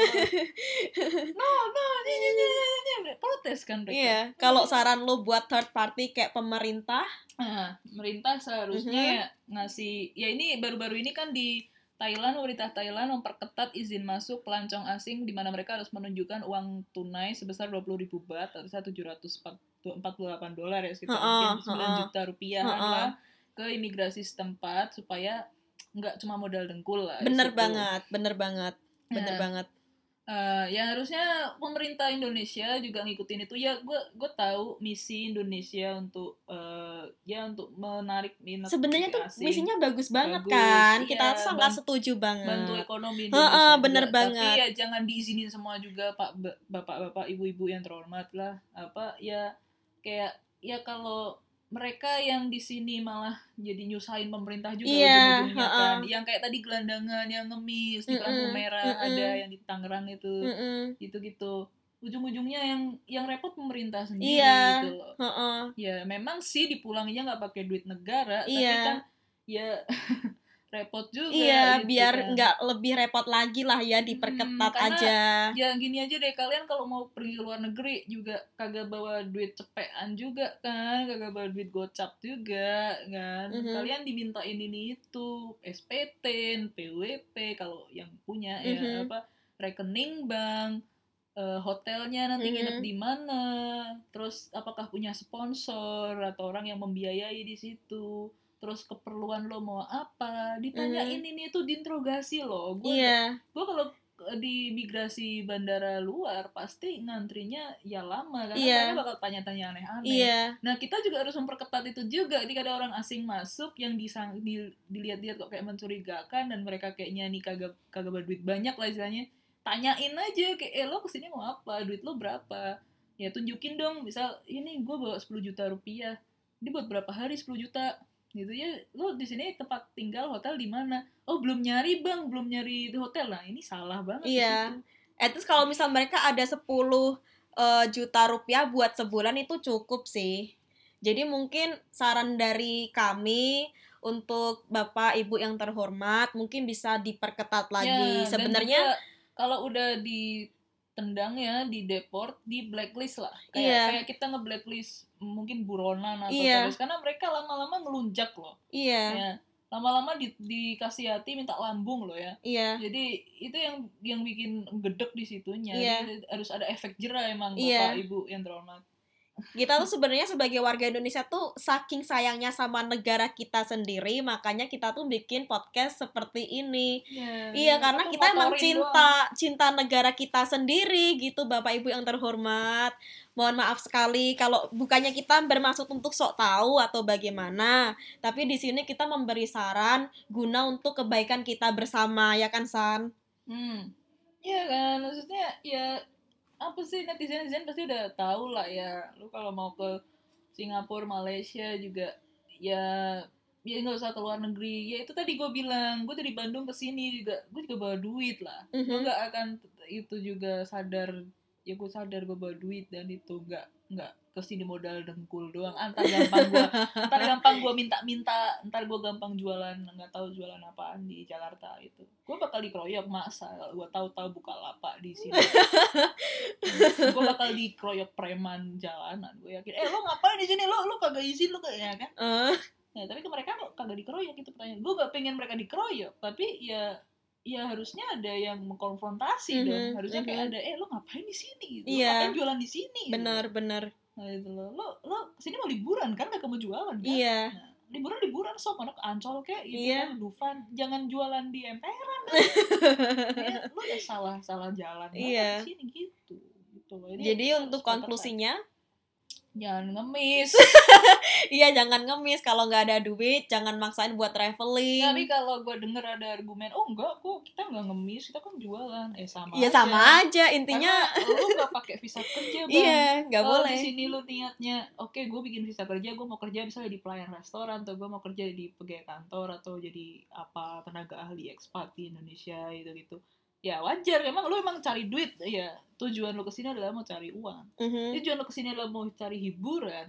no no ini ini ini protes kan mereka. Iya, kalau saran lu buat third party kayak pemerintah, nah, pemerintah seharusnya Mhm. ngasih, ya ini baru-baru ini kan di Thailand, pemerintah Thailand memperketat izin masuk pelancong asing di mana mereka harus menunjukkan uang tunai sebesar dua puluh ribu baht atau tujuh ratus empat puluh delapan dolar ya, sekitar Ha-ha, mungkin sembilan ha-ha. juta rupiah Ha-ha. lah ke imigrasi setempat supaya nggak cuma modal dengkul lah. di bener situ. banget, bener banget, bener Nah, banget. Eh, ya harusnya pemerintah Indonesia juga ngikutin itu ya. Gue gue tahu misi Indonesia untuk eh, ya untuk menarik minat Sebenarnya tuh asing. misinya bagus banget Bagus, kan, iya, kita tuh sangat ban- setuju banget. bantu ekonomi Heeh, Indonesia bener juga. banget. Tapi ya jangan diizinin semua juga Pak ba- bapak-bapak ibu-ibu yang terhormat lah. Apa ya kayak ya kalau mereka yang di sini malah jadi nyusahin pemerintah juga Iya, ujung-ujungnya heeh. kan. Yang kayak tadi gelandangan yang ngemis di lampu Mm-mm, merah mm-mm. ada yang di Tangerang itu. Mm-mm. Gitu-gitu. Ujung-ujungnya yang yang repot pemerintah sendiri Iya, gitu loh. heeh. Ya memang sih dipulanginya nggak pakai duit negara, tapi Iya. kan ya repot juga. Iya, gitu biar kan. nggak lebih repot lagi lah ya, diperketat karena aja. Ya gini aja deh, kalian kalau mau pergi ke luar negeri juga kagak bawa duit cepean juga kan, kagak bawa duit gocap juga kan. Mhm. Kalian dimintain ini itu S P T, P W P kalau yang punya ya Mhm. apa rekening bank, eh, hotelnya nanti Mhm. nginep di mana, terus apakah punya sponsor atau orang yang membiayai di situ. Terus keperluan lo mau apa, ditanyain Mhm. ini tuh diinterogasi loh. Gue Iya. gue kalau di migrasi bandara luar pasti ngantrinya ya lama karena Iya. mereka bakal tanya-tanya aneh-aneh. Iya. Nah kita juga harus memperketat itu juga ketika ada orang asing masuk yang disang, di, dilihat-lihat kok kayak mencurigakan dan mereka kayaknya nih kagak kagak berduit banyak lah istilahnya. Tanyain aja kayak eh lo kesini mau apa, duit lo berapa, ya tunjukin dong. Misal ini gue bawa sepuluh juta rupiah, ini buat berapa hari sepuluh juta gitu ya. Lo di sini tempat tinggal hotel di mana? Oh belum nyari bang, belum nyari di hotel. Nah ini salah banget di Iya. situ. At least kalau misal mereka ada sepuluh eh, juta rupiah buat sebulan itu cukup sih. Jadi mungkin saran dari kami untuk Bapak Ibu yang terhormat mungkin bisa diperketat lagi. Ya, dan Sebenarnya juga kalau udah ditendang ya, di deport, di blacklist lah. Kayak, Iya. kayak kita nge-blacklist mungkin buronan atau Iya. teroris. Karena mereka lama-lama ngelunjak loh. iya. Ya, lama-lama di, dikasih hati minta lambung loh ya. Iya. Jadi itu yang yang bikin gedek di situnya. Iya. Jadi harus ada efek jerah emang Iya. Bapak Ibu yang terhormat. Kita tuh sebenarnya sebagai warga Indonesia tuh saking sayangnya sama negara kita sendiri, makanya kita tuh bikin podcast seperti ini. Ya, Iya, karena tuh kita emang motorin cinta cinta negara kita sendiri gitu, Bapak Ibu yang terhormat. Mohon maaf sekali kalau bukannya kita bermaksud untuk sok tahu atau bagaimana, tapi di sini kita memberi saran guna untuk kebaikan kita bersama, ya kan San? Hmm. Iya kan, maksudnya ya apa sih netizen-netizen pasti udah tahu lah ya. Lu kalau mau ke Singapura, Malaysia juga ya ya nggak usah ke luar negeri. Ya itu tadi gue bilang, gue dari Bandung ke sini juga gue juga bawa duit lah. Gue Mhm. nggak akan itu juga sadar, ya gue sadar gue bawa duit dan itu nggak nggak kesini modal dengkul doang. Antar gampang gue, ntar gampang gue minta-minta, ntar gue gampang jualan nggak tahu jualan apaan di Jakarta itu. Gue bakal dikeroyok masa kalau gue tahu-tahu buka lapak di sini. Gue bakal dikeroyok preman jalanan. Gue yakin. Eh lo ngapain di sini? Lo lo kagak izin lo kayak kan? Eh, Nah tapi ke mereka lo kagak dikeroyok itu pertanyaan. Gue gak pengen mereka dikeroyok, tapi ya ya harusnya ada yang mengkonfrontasi Mhm, dong. Harusnya kayak mhm. ada eh lo ngapain di sini? Gitu. Lo Iya. ngapain jualan di sini? Gitu. benar benar. Nah itu lo lo lo kesini mau liburan kan? Gak kamu jualan kan? Iya. Nah, liburan liburan sok anak Ancol kayak gitu Iya. kan, Dufan, jangan jualan di emperan kan? Ya, lo udah salah salah jalan banget Iya. di sini gitu gitu loh. Ini Jadi harus untuk diperketat. konklusinya, jangan ngemis. iya jangan ngemis, kalau nggak ada duit jangan maksain buat traveling. Tapi kalau gue denger ada argumen, oh enggak kok kita nggak ngemis, kita kan jualan, eh sama Ya aja. sama aja, intinya Karena lu nggak pakai visa kerja bang. iya nggak Kalau boleh. di sini lu niatnya, oke gue bikin visa kerja, gue mau kerja misalnya di pelayan restoran, atau gue mau kerja di pegawai kantor, atau jadi apa tenaga ahli ekspat di Indonesia gitu gitu. Ya wajar, emang lu emang cari duit, ya tujuan lu kesini adalah mau cari uang. Mhm. Tujuan lu kesini adalah mau cari hiburan,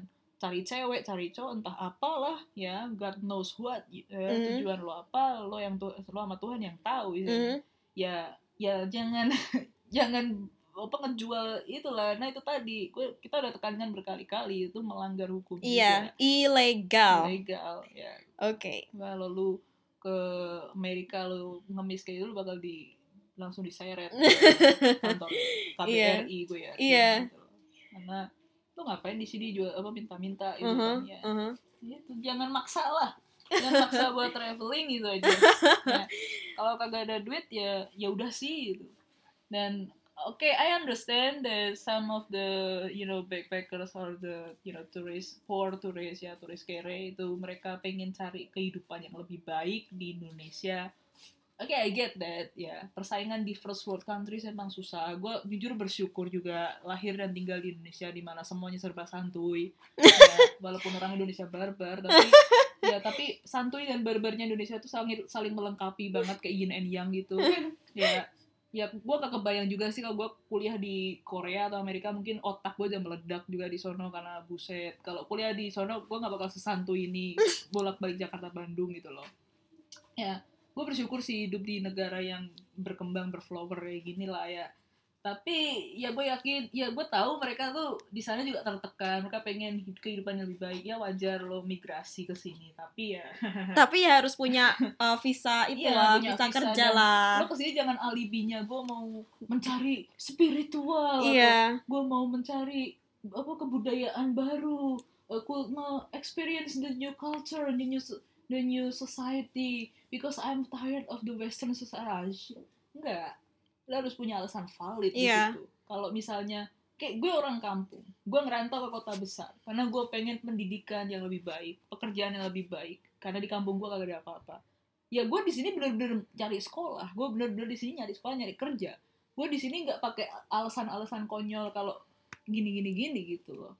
cari cewek, cari cowok, entah apalah ya, God knows what, ya, Mm. tujuan lo apa, lo yang tu, lo sama Tuhan yang tahu gitu. Mm. Ya ya jangan jangan apa ngejual itulah. Nah itu tadi gue kita udah tekankan berkali-kali itu melanggar hukum Iya, juga. ilegal. Ilegal ya. Oke. Kalau lu ke Amerika lu ngemis kayak gitu lu bakal di langsung diseret ke kantor K B R I gue ya. Iya. Gitu. Karena lu ngapain di sini juga apa minta-minta gitu Uh-huh, kan ya. uh-huh. Ya, jangan maksa lah. Jangan maksa buat traveling gitu aja. Nah, kalau kagak ada duit ya ya udah sih gitu. Dan okay, I understand that some of the you know backpackers or the you know tourist poor tourist ya tourist kere itu mereka pengen cari kehidupan yang lebih baik di Indonesia. Oke, okay, I get that ya. Persaingan di first world countries emang susah. Gue jujur bersyukur juga lahir dan tinggal di Indonesia di mana semuanya serba santuy. Ya, walaupun orang Indonesia barbar, tapi ya tapi santuy dan barbarnya Indonesia itu saling saling melengkapi banget kayak yin and yang gitu. Ya, ya gue gak kebayang juga sih kalau gue kuliah di Korea atau Amerika mungkin otak gue udah meledak juga di sono karena buset. Kalau kuliah di sono gue gak bakal sesantuy ini bolak-balik Jakarta Bandung gitu loh. Ya. Gue bersyukur sih hidup di negara yang berkembang berflower kayak gini lah ya. Tapi ya gue yakin, ya gue tahu mereka tuh di sana juga tertekan. Mereka pengen kehidupan yang lebih baik. Ya wajar lo migrasi ke sini. Tapi ya. Tapi ya harus punya uh, visa itu iya, lah, visa, visa kerja dan lah. Lo kesini jangan alibinya gue mau mencari spiritual. Iya. Atau gue mau mencari apa kebudayaan baru. Aku mau experience the new culture, the new the new society because I'm tired of the Western society. Enggak, lo harus punya alasan valid di Iya. situ. Kalau misalnya kayak gue orang kampung, gue ngerantau ke kota besar karena gue pengen pendidikan yang lebih baik, pekerjaan yang lebih baik. Karena di kampung gue kagak ada apa-apa. Ya gue di sini bener-bener cari sekolah, gue bener-bener di sini nyari sekolah, nyari kerja. Gue di sini nggak pakai alasan-alasan konyol kalau gini-gini-gini gitu loh.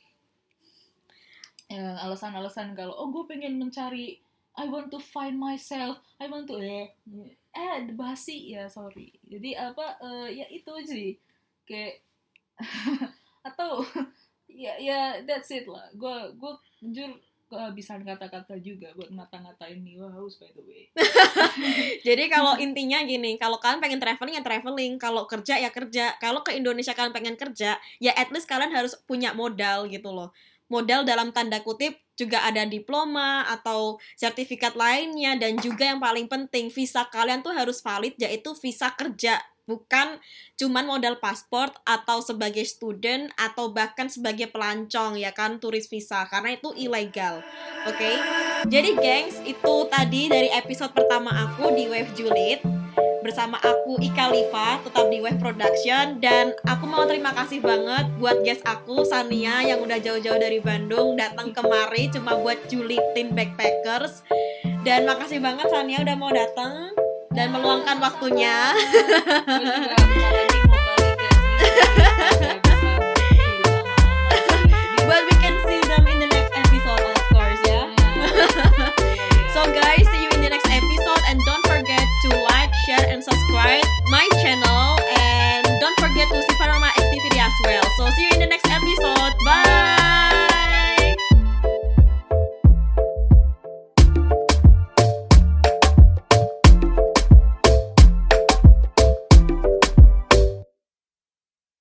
Ya, alasan-alasan kalau oh gue pengen mencari I want to find myself I want to eh eh basi ya sorry jadi apa uh, ya itu sih kayak atau ya ya that's it lah gue gue jujur kehabisan kata-kata juga buat ngata-ngatain nih wah haus by the way. Jadi kalau intinya gini, kalau kalian pengen traveling ya traveling, kalau kerja ya kerja. Kalau ke Indonesia kalian pengen kerja ya at least kalian harus punya modal gitu loh. Modal dalam tanda kutip juga ada diploma atau sertifikat lainnya, dan juga yang paling penting visa kalian tuh harus valid, yaitu visa kerja, bukan cuman modal paspor atau sebagai student atau bahkan sebagai pelancong ya kan, turis visa, karena itu ilegal. Oke, okay? Jadi gengs, itu tadi dari episode pertama aku di Wave Julid bersama aku Ika Liva, tetap di Wave Production. Dan aku mau terima kasih banget buat guest aku Sania yang udah jauh-jauh dari Bandung datang kemari cuma buat julidin backpackers. Dan makasih banget Sania udah mau datang dan meluangkan waktunya. Gue juga bentar lagi mau balik ya sih.